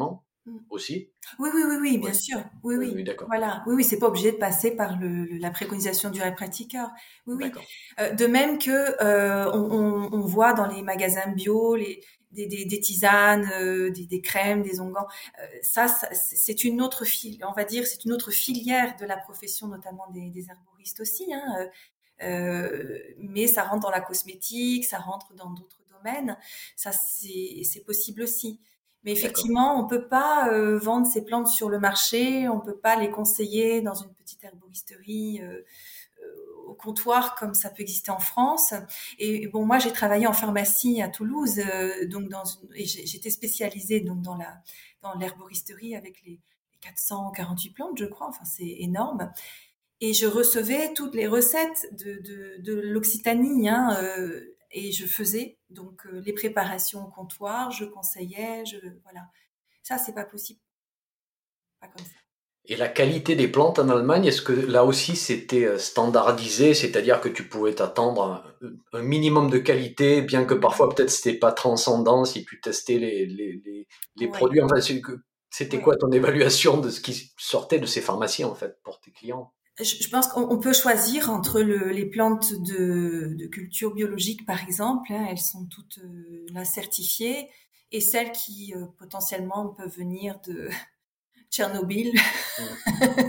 aussi. Oui, oui, oui, oui, bien Ouais. sûr. Oui, Oui, oui. oui, d'accord. Voilà. Oui, oui, c'est pas obligé de passer par le, le- la préconisation du heilpraktiker. Oui, oui. D'accord. Euh, de même que euh, on, on, on voit dans les magasins bio les des, des, des tisanes, euh, des, des crèmes, des onguents. Euh, ça, ça, c'est une autre fil, on va dire, c'est une autre filière de la profession, notamment des, des herboristes aussi. Hein. Euh, euh, mais ça rentre dans la cosmétique, ça rentre dans d'autres domaines. Ça, c'est c'est possible aussi. Mais D'accord. effectivement, on peut pas euh, vendre ces plantes sur le marché, on peut pas les conseiller dans une petite herboristerie euh, euh, au comptoir comme ça peut exister en France. Et bon, moi j'ai travaillé en pharmacie à Toulouse, euh, donc dans une, et j'étais spécialisée donc dans la dans l'herboristerie avec les quatre cent quarante-huit plantes, je crois. Enfin, c'est énorme. Et je recevais toutes les recettes de, de, de l'Occitanie, hein, euh, et je faisais donc euh, les préparations au comptoir, je conseillais, je voilà. Ça, c'est pas possible, pas comme ça. Et la qualité des plantes en Allemagne, est-ce que là aussi c'était euh, standardisé, c'est-à-dire que tu pouvais t'attendre un, un minimum de qualité, bien que parfois peut-être c'était pas transcendant si tu testais les, les, les, les Ouais, produits. Enfin, c'est que- c'était ouais. quoi ton évaluation de ce qui sortait de ces pharmacies en fait pour tes clients? Je, je pense qu'on on peut choisir entre le, les plantes de, de culture biologique, par exemple, hein, elles sont toutes euh, là certifiées, et celles qui euh, potentiellement peuvent venir de Tchernobyl. Mm.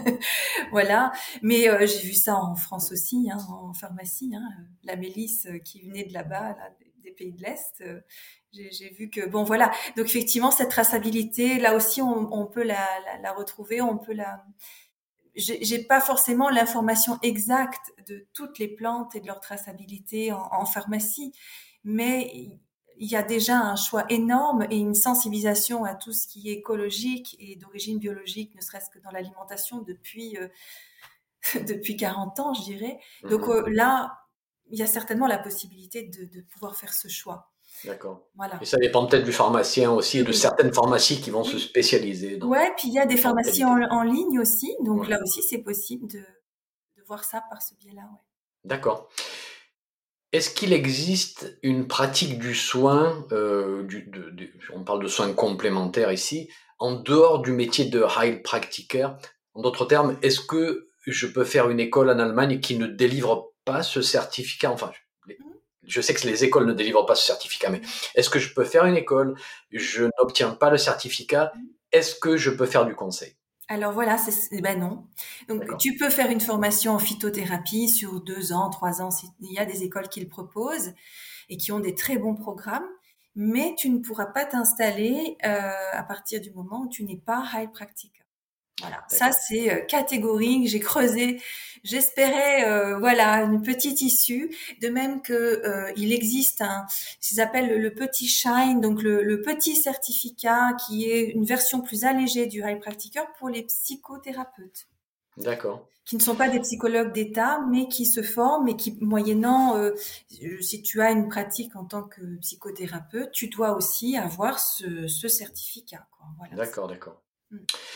Voilà. Mais euh, j'ai vu ça en France aussi, hein, en pharmacie. Hein, la mélisse euh, qui venait de là-bas, là, des, des pays de l'Est. euh, j'ai, j'ai vu que bon, voilà. Donc effectivement, cette traçabilité, là aussi, on, on peut la, la, la retrouver, on peut la. J'ai, j'ai pas forcément l'information exacte de toutes les plantes et de leur traçabilité en, en pharmacie, mais il y a déjà un choix énorme et une sensibilisation à tout ce qui est écologique et d'origine biologique, ne serait-ce que dans l'alimentation depuis euh, depuis quarante ans, je dirais. Donc Mhm. euh, là, il y a certainement la possibilité de, de pouvoir faire ce choix. D'accord. Et Voilà. ça dépend peut-être du pharmacien aussi et de Oui, certaines pharmacies qui vont se oui. spécialiser dans Ouais, puis il y a les des plans de pharmacies en, qualité. en ligne aussi, donc Ouais. là aussi c'est possible de, de voir ça par ce biais-là. Ouais. D'accord. Est-ce qu'il existe une pratique du soin, euh, du, de, de- on parle de soins complémentaires ici, en dehors du métier de Heilpraktiker? En d'autres termes, est-ce que je peux faire une école en Allemagne qui ne délivre pas ce certificat? Enfin, les- Mhm. je sais que les écoles ne délivrent pas ce certificat, mais est-ce que je peux faire une école? Je n'obtiens pas le certificat. Mhm. Est-ce que je peux faire du conseil? Alors voilà, c'est, eh ben non. Donc D'accord. tu peux faire une formation en phytothérapie sur deux ans, trois ans. Il y a des écoles qui le proposent et qui ont des très bons programmes, mais tu ne pourras pas t'installer euh, à partir du moment où tu n'es pas Heilpraktiker. Voilà, ça D'accord. c'est euh, catégorique. J'ai creusé, j'espérais euh, voilà une petite issue. De même que euh, il existe un, ce qu'ils appellent le, le petit shine, donc le, le petit certificat qui est une version plus allégée du Heilpraktiker pour les psychothérapeutes, D'accord. qui ne sont pas des psychologues d'État, mais qui se forment et qui, moyennant, euh, si tu as une pratique en tant que psychothérapeute, tu dois aussi avoir ce, ce certificat. Quoi. Voilà. D'accord, d'accord. Mm.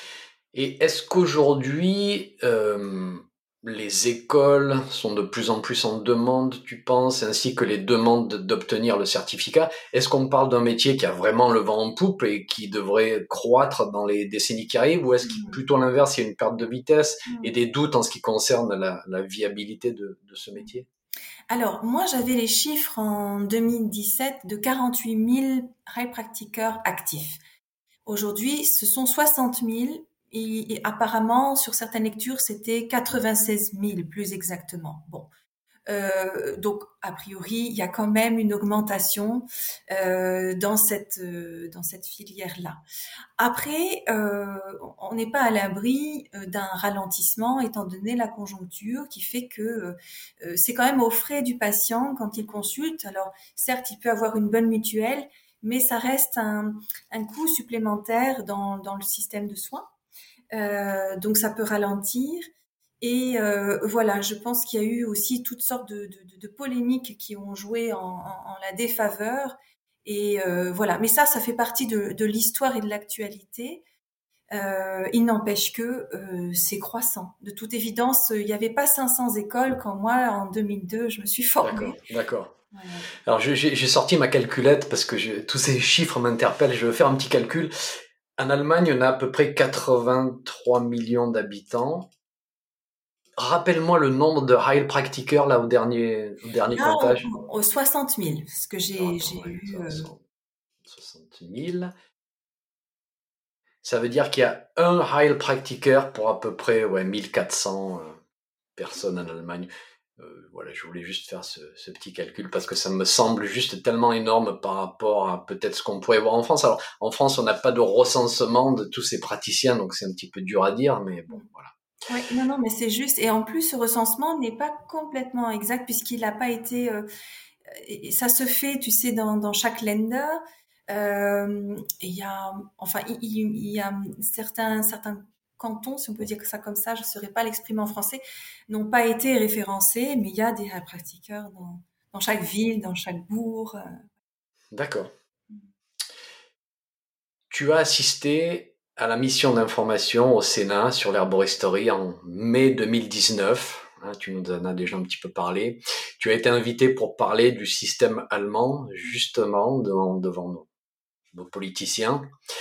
Et est-ce qu'aujourd'hui, euh, les écoles sont de plus en plus en demande, tu penses, ainsi que les demandes d'obtenir le certificat? Est-ce qu'on parle d'un métier qui a vraiment le vent en poupe et qui devrait croître dans les décennies qui arrivent, ou est-ce qu'il plutôt à l'inverse, il y a une perte de vitesse et Mm. des doutes en ce qui concerne la, la viabilité de, de ce métier? Alors, moi, j'avais les chiffres en deux mille dix-sept de quarante-huit mille heilpraktikers actifs. Aujourd'hui, ce sont soixante mille et, et apparemment, sur certaines lectures, c'était quatre-vingt-seize mille plus exactement. Bon, euh, donc, a priori, il y a quand même une augmentation euh, dans cette euh, dans cette filière-là. Après, euh, on n'est pas à l'abri euh, d'un ralentissement, étant donné la conjoncture, qui fait que euh, c'est quand même aux frais du patient quand il consulte. Alors, certes, il peut avoir une bonne mutuelle, mais ça reste un, un coût supplémentaire dans, dans le système de soins. Euh, donc, ça peut ralentir. Et euh, voilà, je pense qu'il y a eu aussi toutes sortes de, de, de polémiques qui ont joué en, en, en la défaveur. Et euh, voilà, mais ça, ça fait partie de, de l'histoire et de l'actualité. Euh, il n'empêche que euh, c'est croissant. De toute évidence, il n'y avait pas cinq cents écoles quand moi, en deux mille deux, je me suis D'accord, formée. d'accord. Voilà. Alors j'ai j'ai- j'ai sorti ma calculette parce que je- tous ces chiffres m'interpellent. Je vais faire un petit calcul. En Allemagne, on a à peu près quatre-vingt-trois millions d'habitants. Rappelle-moi le nombre de Heilpraktiker là au dernier, au dernier Là, on- comptage. on- soixante mille, ce que Alors j'ai attends, j'ai ouais, eu. ça, euh, cent soixante mille. Ça veut dire qu'il y a un Heilpraktiker pour à peu près ouais, mille quatre cents euh, personnes en Allemagne. Euh, voilà, je voulais juste faire ce, ce petit calcul parce que ça me semble juste tellement énorme par rapport à peut-être ce qu'on pourrait voir en France. Alors, en France, on n'a pas de recensement de tous ces praticiens, donc c'est un petit peu dur à dire, mais bon, voilà. Oui, non, non, mais c'est juste. Et en plus, ce recensement n'est pas complètement exact puisqu'il n'a pas été. Euh, et ça se fait, tu sais, dans, dans chaque Länder. Euh, et il y a, enfin, il, il- il y a certains, certains cantons, si on peut dire ça comme ça, je ne saurais pas l'exprimer en français, n'ont pas été référencés, mais il y a des pratiqueurs dans, dans chaque ville, dans chaque bourg. euh. D'accord. Tu as assisté à la mission d'information au Sénat sur l'herboristerie en mai deux mille dix-neuf. Hein, tu nous en as déjà un petit peu parlé. Tu as été invité pour parler du système allemand, justement, devant, devant nos, nos politiciens.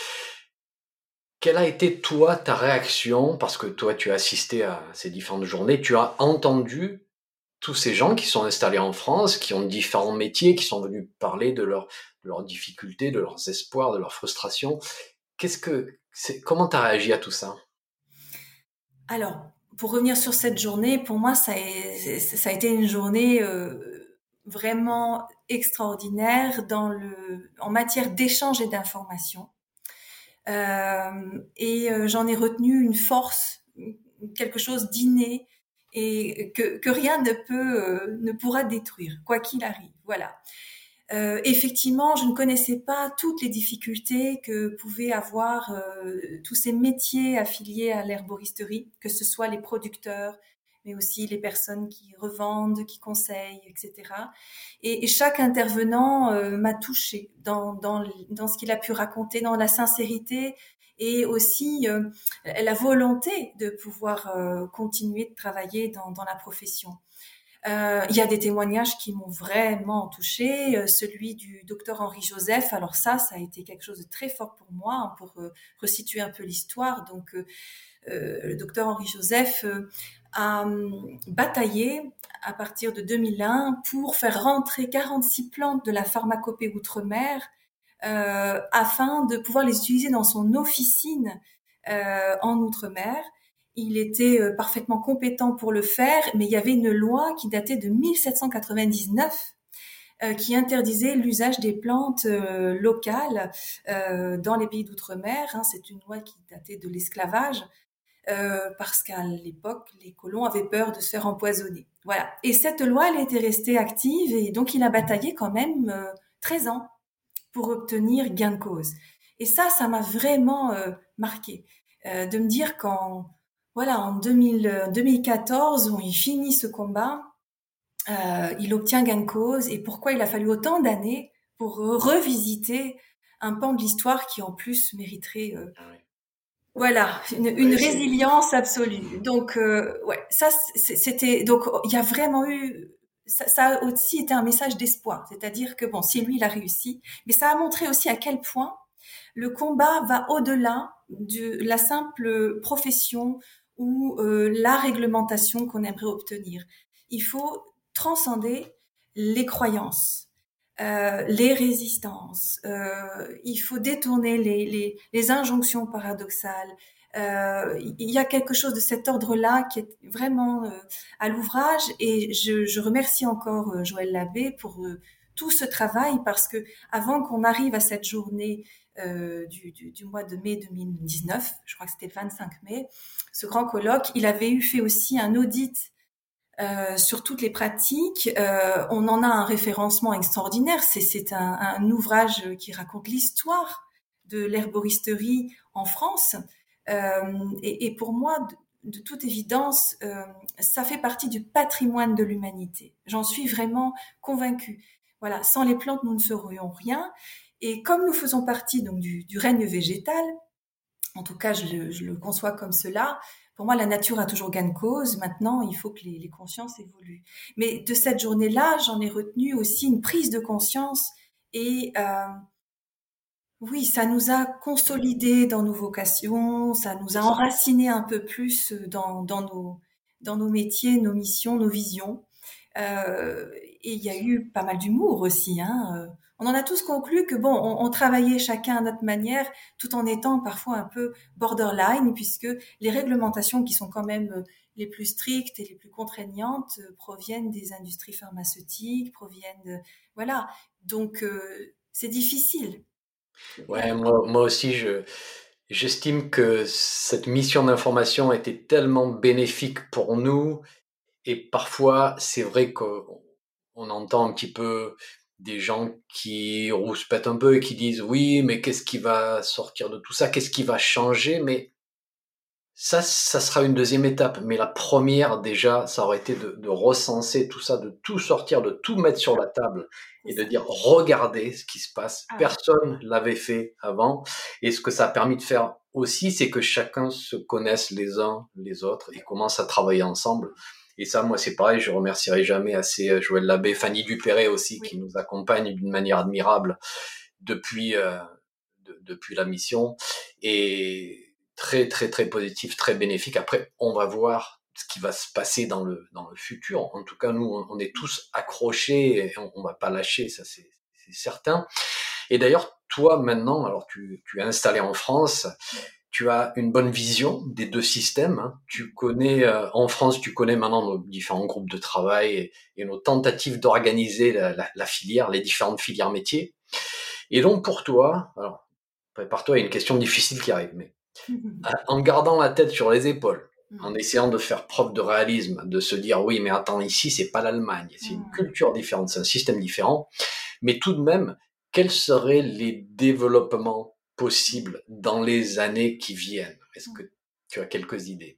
Quelle a été, toi, ta réaction? Parce que toi, tu as assisté à ces différentes journées. Tu as entendu tous ces gens qui sont installés en France, qui ont différents métiers, qui sont venus parler de, leur, de leurs difficultés, de leurs espoirs, de leurs frustrations. Qu'est-ce que, c'est, comment tu as réagi à tout ça? Alors, pour revenir sur cette journée, pour moi, ça a, ça a été une journée euh, vraiment extraordinaire dans le, en matière d'échange et d'information. Euh, et euh, j'en ai retenu une force, quelque chose d'inné et que, que rien ne peut, euh, ne pourra détruire, quoi qu'il arrive. Voilà. Euh, effectivement, je ne connaissais pas toutes les difficultés que pouvaient avoir euh, tous ces métiers affiliés à l'herboristerie, que ce soit les producteurs, mais aussi les personnes qui revendent, qui conseillent, et cetera. Et, et chaque intervenant euh, m'a touchée dans, dans, dans ce qu'il a pu raconter, dans la sincérité et aussi euh, la volonté de pouvoir euh, continuer de travailler dans, dans la profession. Euh, il y a des témoignages qui m'ont vraiment touchée, euh, celui du docteur Henri Joseph. Alors ça, ça a été quelque chose de très fort pour moi, hein, pour euh, resituer un peu l'histoire. Donc, euh, euh, le docteur Henri Joseph euh, a um, bataillé à partir de deux mille un pour faire rentrer quarante-six plantes de la pharmacopée outre-mer euh, afin de pouvoir les utiliser dans son officine euh, en outre-mer. Il était euh, parfaitement compétent pour le faire, mais il y avait une loi qui datait de mille sept cent quatre-vingt-dix-neuf euh, qui interdisait l'usage des plantes euh, locales euh, dans les pays d'outre-mer. Hein. C'est une loi qui datait de l'esclavage. Euh, parce qu'à l'époque, les colons avaient peur de se faire empoisonner. Voilà. Et cette loi, elle était restée active et donc il a bataillé quand même euh, treize ans pour obtenir gain de cause. Et ça, ça m'a vraiment euh, marqué euh, de me dire qu'en voilà en deux mille, deux mille quatorze, où il finit ce combat, euh, il obtient gain de cause. Et pourquoi il a fallu autant d'années pour revisiter un pan de l'histoire qui en plus mériterait euh, Ah ouais. voilà une, une Ouais, c'est, résilience absolue. Donc euh, ouais, ça c'était donc il y a vraiment eu ça, ça a aussi été un message d'espoir, c'est-à-dire que bon, si lui il a réussi, mais ça a montré aussi à quel point le combat va au-delà de la simple profession ou euh, la réglementation qu'on aimerait obtenir. Il faut transcender les croyances, euh, les résistances. Euh, il faut détourner les, les, les injonctions paradoxales. Euh, il y a quelque chose de cet ordre-là qui est vraiment euh, à l'ouvrage et je, je remercie encore euh, Joël Labbé pour euh, tout ce travail parce que avant qu'on arrive à cette journée euh, du, du, du mois de mai deux mille dix-neuf, je crois que c'était le vingt-cinq mai, ce grand colloque, il avait eu fait aussi un audit euh, sur toutes les pratiques. Euh, on en a un référencement extraordinaire. C'est, c'est un, un ouvrage qui raconte l'histoire de l'herboristerie en France. Euh, et, et pour moi, de, de toute évidence, euh, ça fait partie du patrimoine de l'humanité. J'en suis vraiment convaincue. Voilà, sans les plantes, nous ne serions rien. Et comme nous faisons partie donc du, du règne végétal, en tout cas, je le, je le conçois comme cela. Pour moi, la nature a toujours gain de cause. Maintenant, il faut que les, les consciences évoluent. Mais de cette journée-là, j'en ai retenu aussi une prise de conscience et euh, Oui, ça nous a consolidés dans nos vocations, ça nous C'est a ça. enracinés un peu plus dans, dans nos, dans nos métiers, nos missions, nos visions. Euh, et il y a eu pas mal d'humour aussi. Hein. Euh, On en a tous conclu que bon, on, on travaillait chacun à notre manière, tout en étant parfois un peu borderline, puisque les réglementations qui sont quand même euh, les plus strictes et les plus contraignantes euh, proviennent des industries pharmaceutiques, proviennent de, voilà. Donc euh, c'est difficile. Ouais, moi, moi aussi, je, j'estime que cette mission d'information était tellement bénéfique pour nous. Et parfois, c'est vrai qu'on on entend un petit peu des gens qui rouspètent un peu et qui disent oui, mais qu'est-ce qui va sortir de tout ça? Qu'est-ce qui va changer? Mais ça, ça sera une deuxième étape. Mais la première, déjà, ça aurait été de, de recenser tout ça, de tout sortir, de tout mettre sur la table C'est et de ça. dire regardez ce qui se passe. Ah oui. Personne l'avait fait avant. Et ce que ça a permis de faire aussi, c'est que chacun se connaisse les uns les autres et commence à travailler ensemble. Et ça, moi, c'est pareil, je remercierai jamais assez euh, Joël Labbé, Fanny Dupéré aussi, Oui. qui nous accompagne d'une manière admirable depuis, euh, de- depuis la mission. Et très, très, très positif, très bénéfique. Après, on va voir ce qui va se passer dans le, dans le futur. En tout cas, nous, on, on est tous accrochés et on, on va pas lâcher, ça c'est c'est certain. Et d'ailleurs, toi, maintenant, alors tu, tu es installé en France, tu as une bonne vision des deux systèmes. Hein. Tu connais, euh, en France, tu connais maintenant nos différents groupes de travail et, et nos tentatives d'organiser la, la, la filière, les différentes filières métiers. Et donc, pour toi, alors, prépare-toi à une question difficile qui arrive, mais en gardant la tête sur les épaules, en essayant de faire preuve de réalisme, de se dire oui, mais attends, ici, c'est pas l'Allemagne, c'est une culture différente, c'est un système différent, mais tout de même, quels seraient les développements possibles dans les années qui viennent? Est-ce que tu as quelques idées?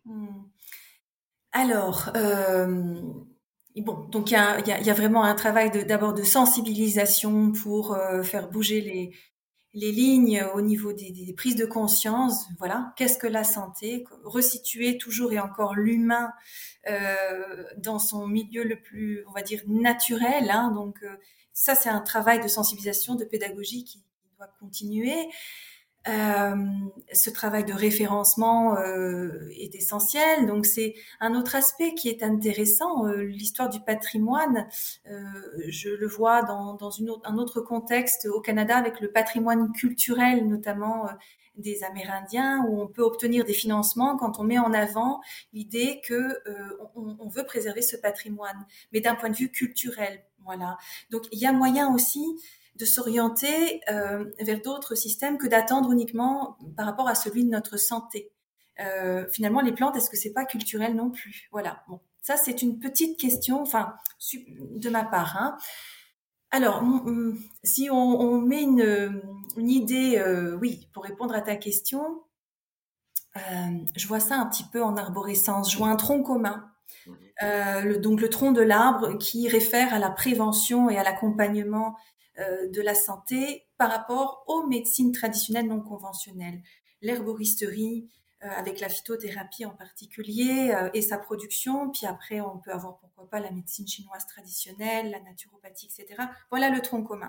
Alors, euh, bon, donc il y a, il y a, il y a vraiment un travail de, d'abord de sensibilisation pour euh, faire bouger les, les lignes au niveau des, des prises de conscience. Voilà, qu'est-ce que la santé? Resituer toujours et encore l'humain euh, dans son milieu le plus, on va dire, naturel. Hein, donc euh, ça, c'est un travail de sensibilisation, de pédagogie qui doit continuer. Euh, ce travail de référencement euh, est essentiel. Donc c'est un autre aspect qui est intéressant. Euh, l'histoire du patrimoine, euh, je le vois dans, dans une autre, un autre contexte au Canada avec le patrimoine culturel, notamment euh, des Amérindiens, où on peut obtenir des financements quand on met en avant l'idée que euh, on, on veut préserver ce patrimoine, mais d'un point de vue culturel. Voilà. Donc il y a moyen aussi de s'orienter euh, vers d'autres systèmes que d'attendre uniquement par rapport à celui de notre santé. Euh, finalement, les plantes, est-ce que c'est pas culturel non plus? Voilà. Bon, ça c'est une petite question, enfin de ma part. Hein. Alors, si on, on met une, une idée, euh, oui, pour répondre à ta question, euh, je vois ça un petit peu en arborescence. Je vois un tronc commun. Euh, le, donc le tronc de l'arbre qui réfère à la prévention et à l'accompagnement euh, de la santé par rapport aux médecines traditionnelles non conventionnelles. L'herboristerie, euh, avec la phytothérapie en particulier, euh, et sa production, puis après on peut avoir pourquoi pas la médecine chinoise traditionnelle, la naturopathie, et cetera. Voilà le tronc commun.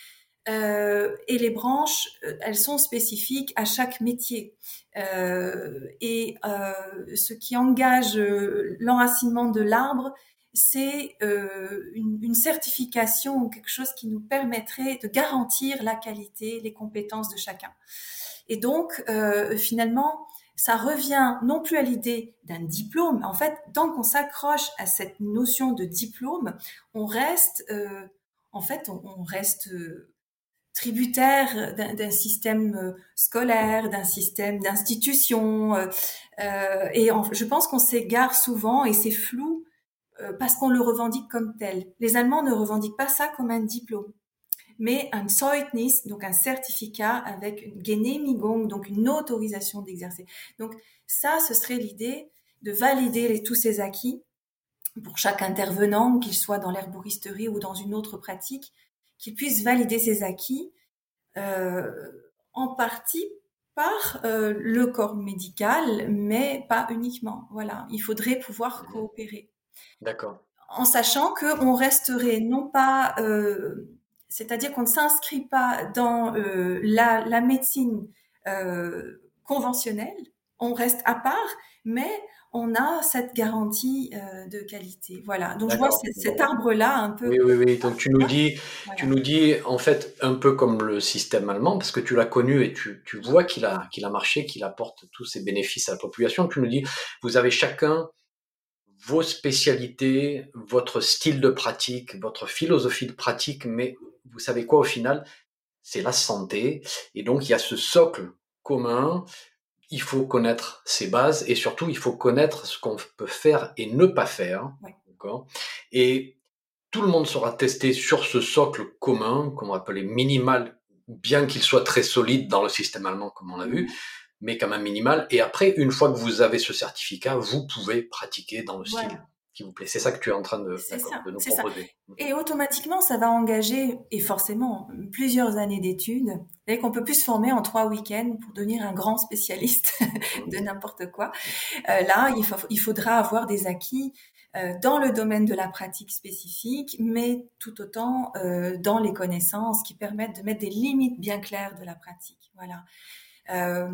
Euh, et les branches, elles sont spécifiques à chaque métier. Euh, et euh, ce qui engage euh, l'enracinement de l'arbre, c'est euh, une, une certification ou quelque chose qui nous permettrait de garantir la qualité, les compétences de chacun. Et donc, euh, finalement, ça revient non plus à l'idée d'un diplôme. En fait, tant qu'on s'accroche à cette notion de diplôme, on reste, euh, en fait, on, on reste euh, tributaire d'un, d'un système scolaire, d'un système d'institution. Euh, euh, et en, je pense qu'on s'égare souvent et c'est flou euh, parce qu'on le revendique comme tel. Les Allemands ne revendiquent pas ça comme un diplôme, mais un Zeugnis, donc un certificat avec une Genehmigung, donc une autorisation d'exercer. Donc ça, ce serait l'idée de valider les, tous ces acquis pour chaque intervenant, qu'il soit dans l'herboristerie ou dans une autre pratique, qu'il puisse valider ses acquis euh, en partie par euh, le corps médical, mais pas uniquement. Voilà, il faudrait pouvoir coopérer. D'accord. En sachant qu'on resterait non pas euh, C'est-à-dire qu'on ne s'inscrit pas dans euh, la, la médecine euh, conventionnelle, on reste à part, mais on a cette garantie euh, de qualité. Voilà. Donc je vois D'accord. c- cet arbre-là un peu. Oui, oui, oui. Donc tu nous dis, tu Voilà. nous dis en fait un peu comme le système allemand, parce que tu l'as connu et tu, tu vois qu'il a, qu'il a marché, qu'il apporte tous ses bénéfices à la population. Tu nous dis, vous avez chacun vos spécialités, votre style de pratique, votre philosophie de pratique, mais vous savez quoi au final? C'est la santé. Et donc il y a ce socle commun. Il faut connaître ses bases et surtout il faut connaître ce qu'on peut faire et ne pas faire. Ouais. D'accord? Et tout le monde sera testé sur ce socle commun, qu'on va appeler minimal, bien qu'il soit très solide dans le système allemand, comme on l'a vu, mais quand même minimal. Et après, une fois que vous avez ce certificat, vous pouvez pratiquer dans le style Voilà. qui vous plaît. C'est ça que tu es en train de, C'est d'accord, ça, de nous c'est ça. proposer. Et automatiquement, ça va engager, et forcément, plusieurs années d'études. Et qu'on peut plus se former en trois week-ends pour devenir un grand spécialiste de n'importe quoi. Euh, là, il, fa- il faudra avoir des acquis euh, dans le domaine de la pratique spécifique, mais tout autant euh, dans les connaissances qui permettent de mettre des limites bien claires de la pratique. Voilà. Euh,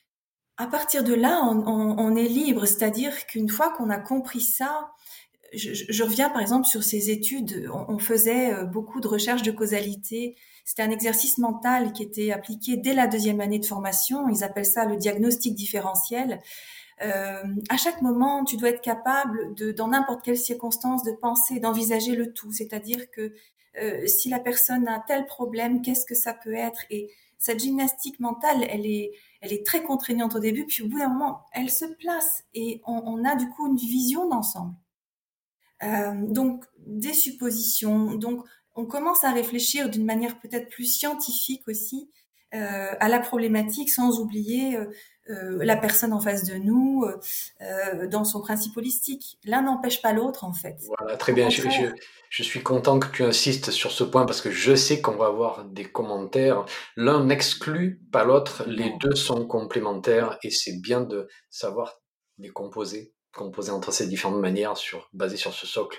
à partir de là, on, on, on est libre, c'est-à-dire qu'une fois qu'on a compris ça, je, je reviens par exemple sur ces études. On, on faisait euh, beaucoup de recherches de causalité. C'était un exercice mental qui était appliqué dès la deuxième année de formation. Ils appellent ça le diagnostic différentiel. Euh, à chaque moment, tu dois être capable de, dans n'importe quelle circonstance, de penser, d'envisager le tout. C'est-à-dire que euh, si la personne a tel problème, qu'est-ce que ça peut être? Et cette gymnastique mentale, elle est, elle est très contraignante au début, puis au bout d'un moment, elle se place et on, on a du coup une vision d'ensemble. Euh, donc des suppositions. Donc on commence à réfléchir d'une manière peut-être plus scientifique aussi euh, à la problématique, sans oublier euh, euh, la personne en face de nous euh, dans son principe holistique. L'un n'empêche pas l'autre en fait. Voilà, très Au bien. Je, je, contraire. je suis content que tu insistes sur ce point parce que je sais qu'on va avoir des commentaires. L'un n'exclut pas l'autre, les Non. deux sont complémentaires et c'est bien de savoir les composer, composer entre ces différentes manières sur, basées sur ce socle.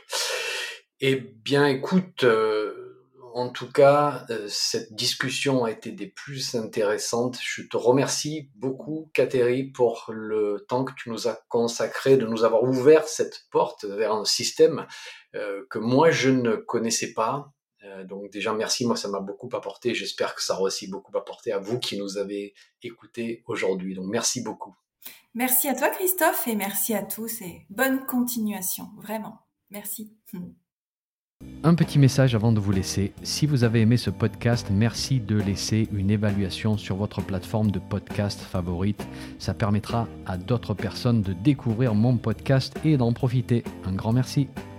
Eh bien, écoute, euh, en tout cas, euh, cette discussion a été des plus intéressantes. Je te remercie beaucoup, Catherine, pour le temps que tu nous as consacré, de nous avoir ouvert cette porte vers un système euh, que moi, je ne connaissais pas. Euh, donc déjà, merci, moi, ça m'a beaucoup apporté. J'espère que ça aura aussi beaucoup apporté à vous qui nous avez écoutés aujourd'hui. Donc, merci beaucoup. Merci à toi Christophe et merci à tous et bonne continuation, vraiment. Merci. Un petit message avant de vous laisser. Si vous avez aimé ce podcast, merci de laisser une évaluation sur votre plateforme de podcast favorite. Ça permettra à d'autres personnes de découvrir mon podcast et d'en profiter. Un grand merci.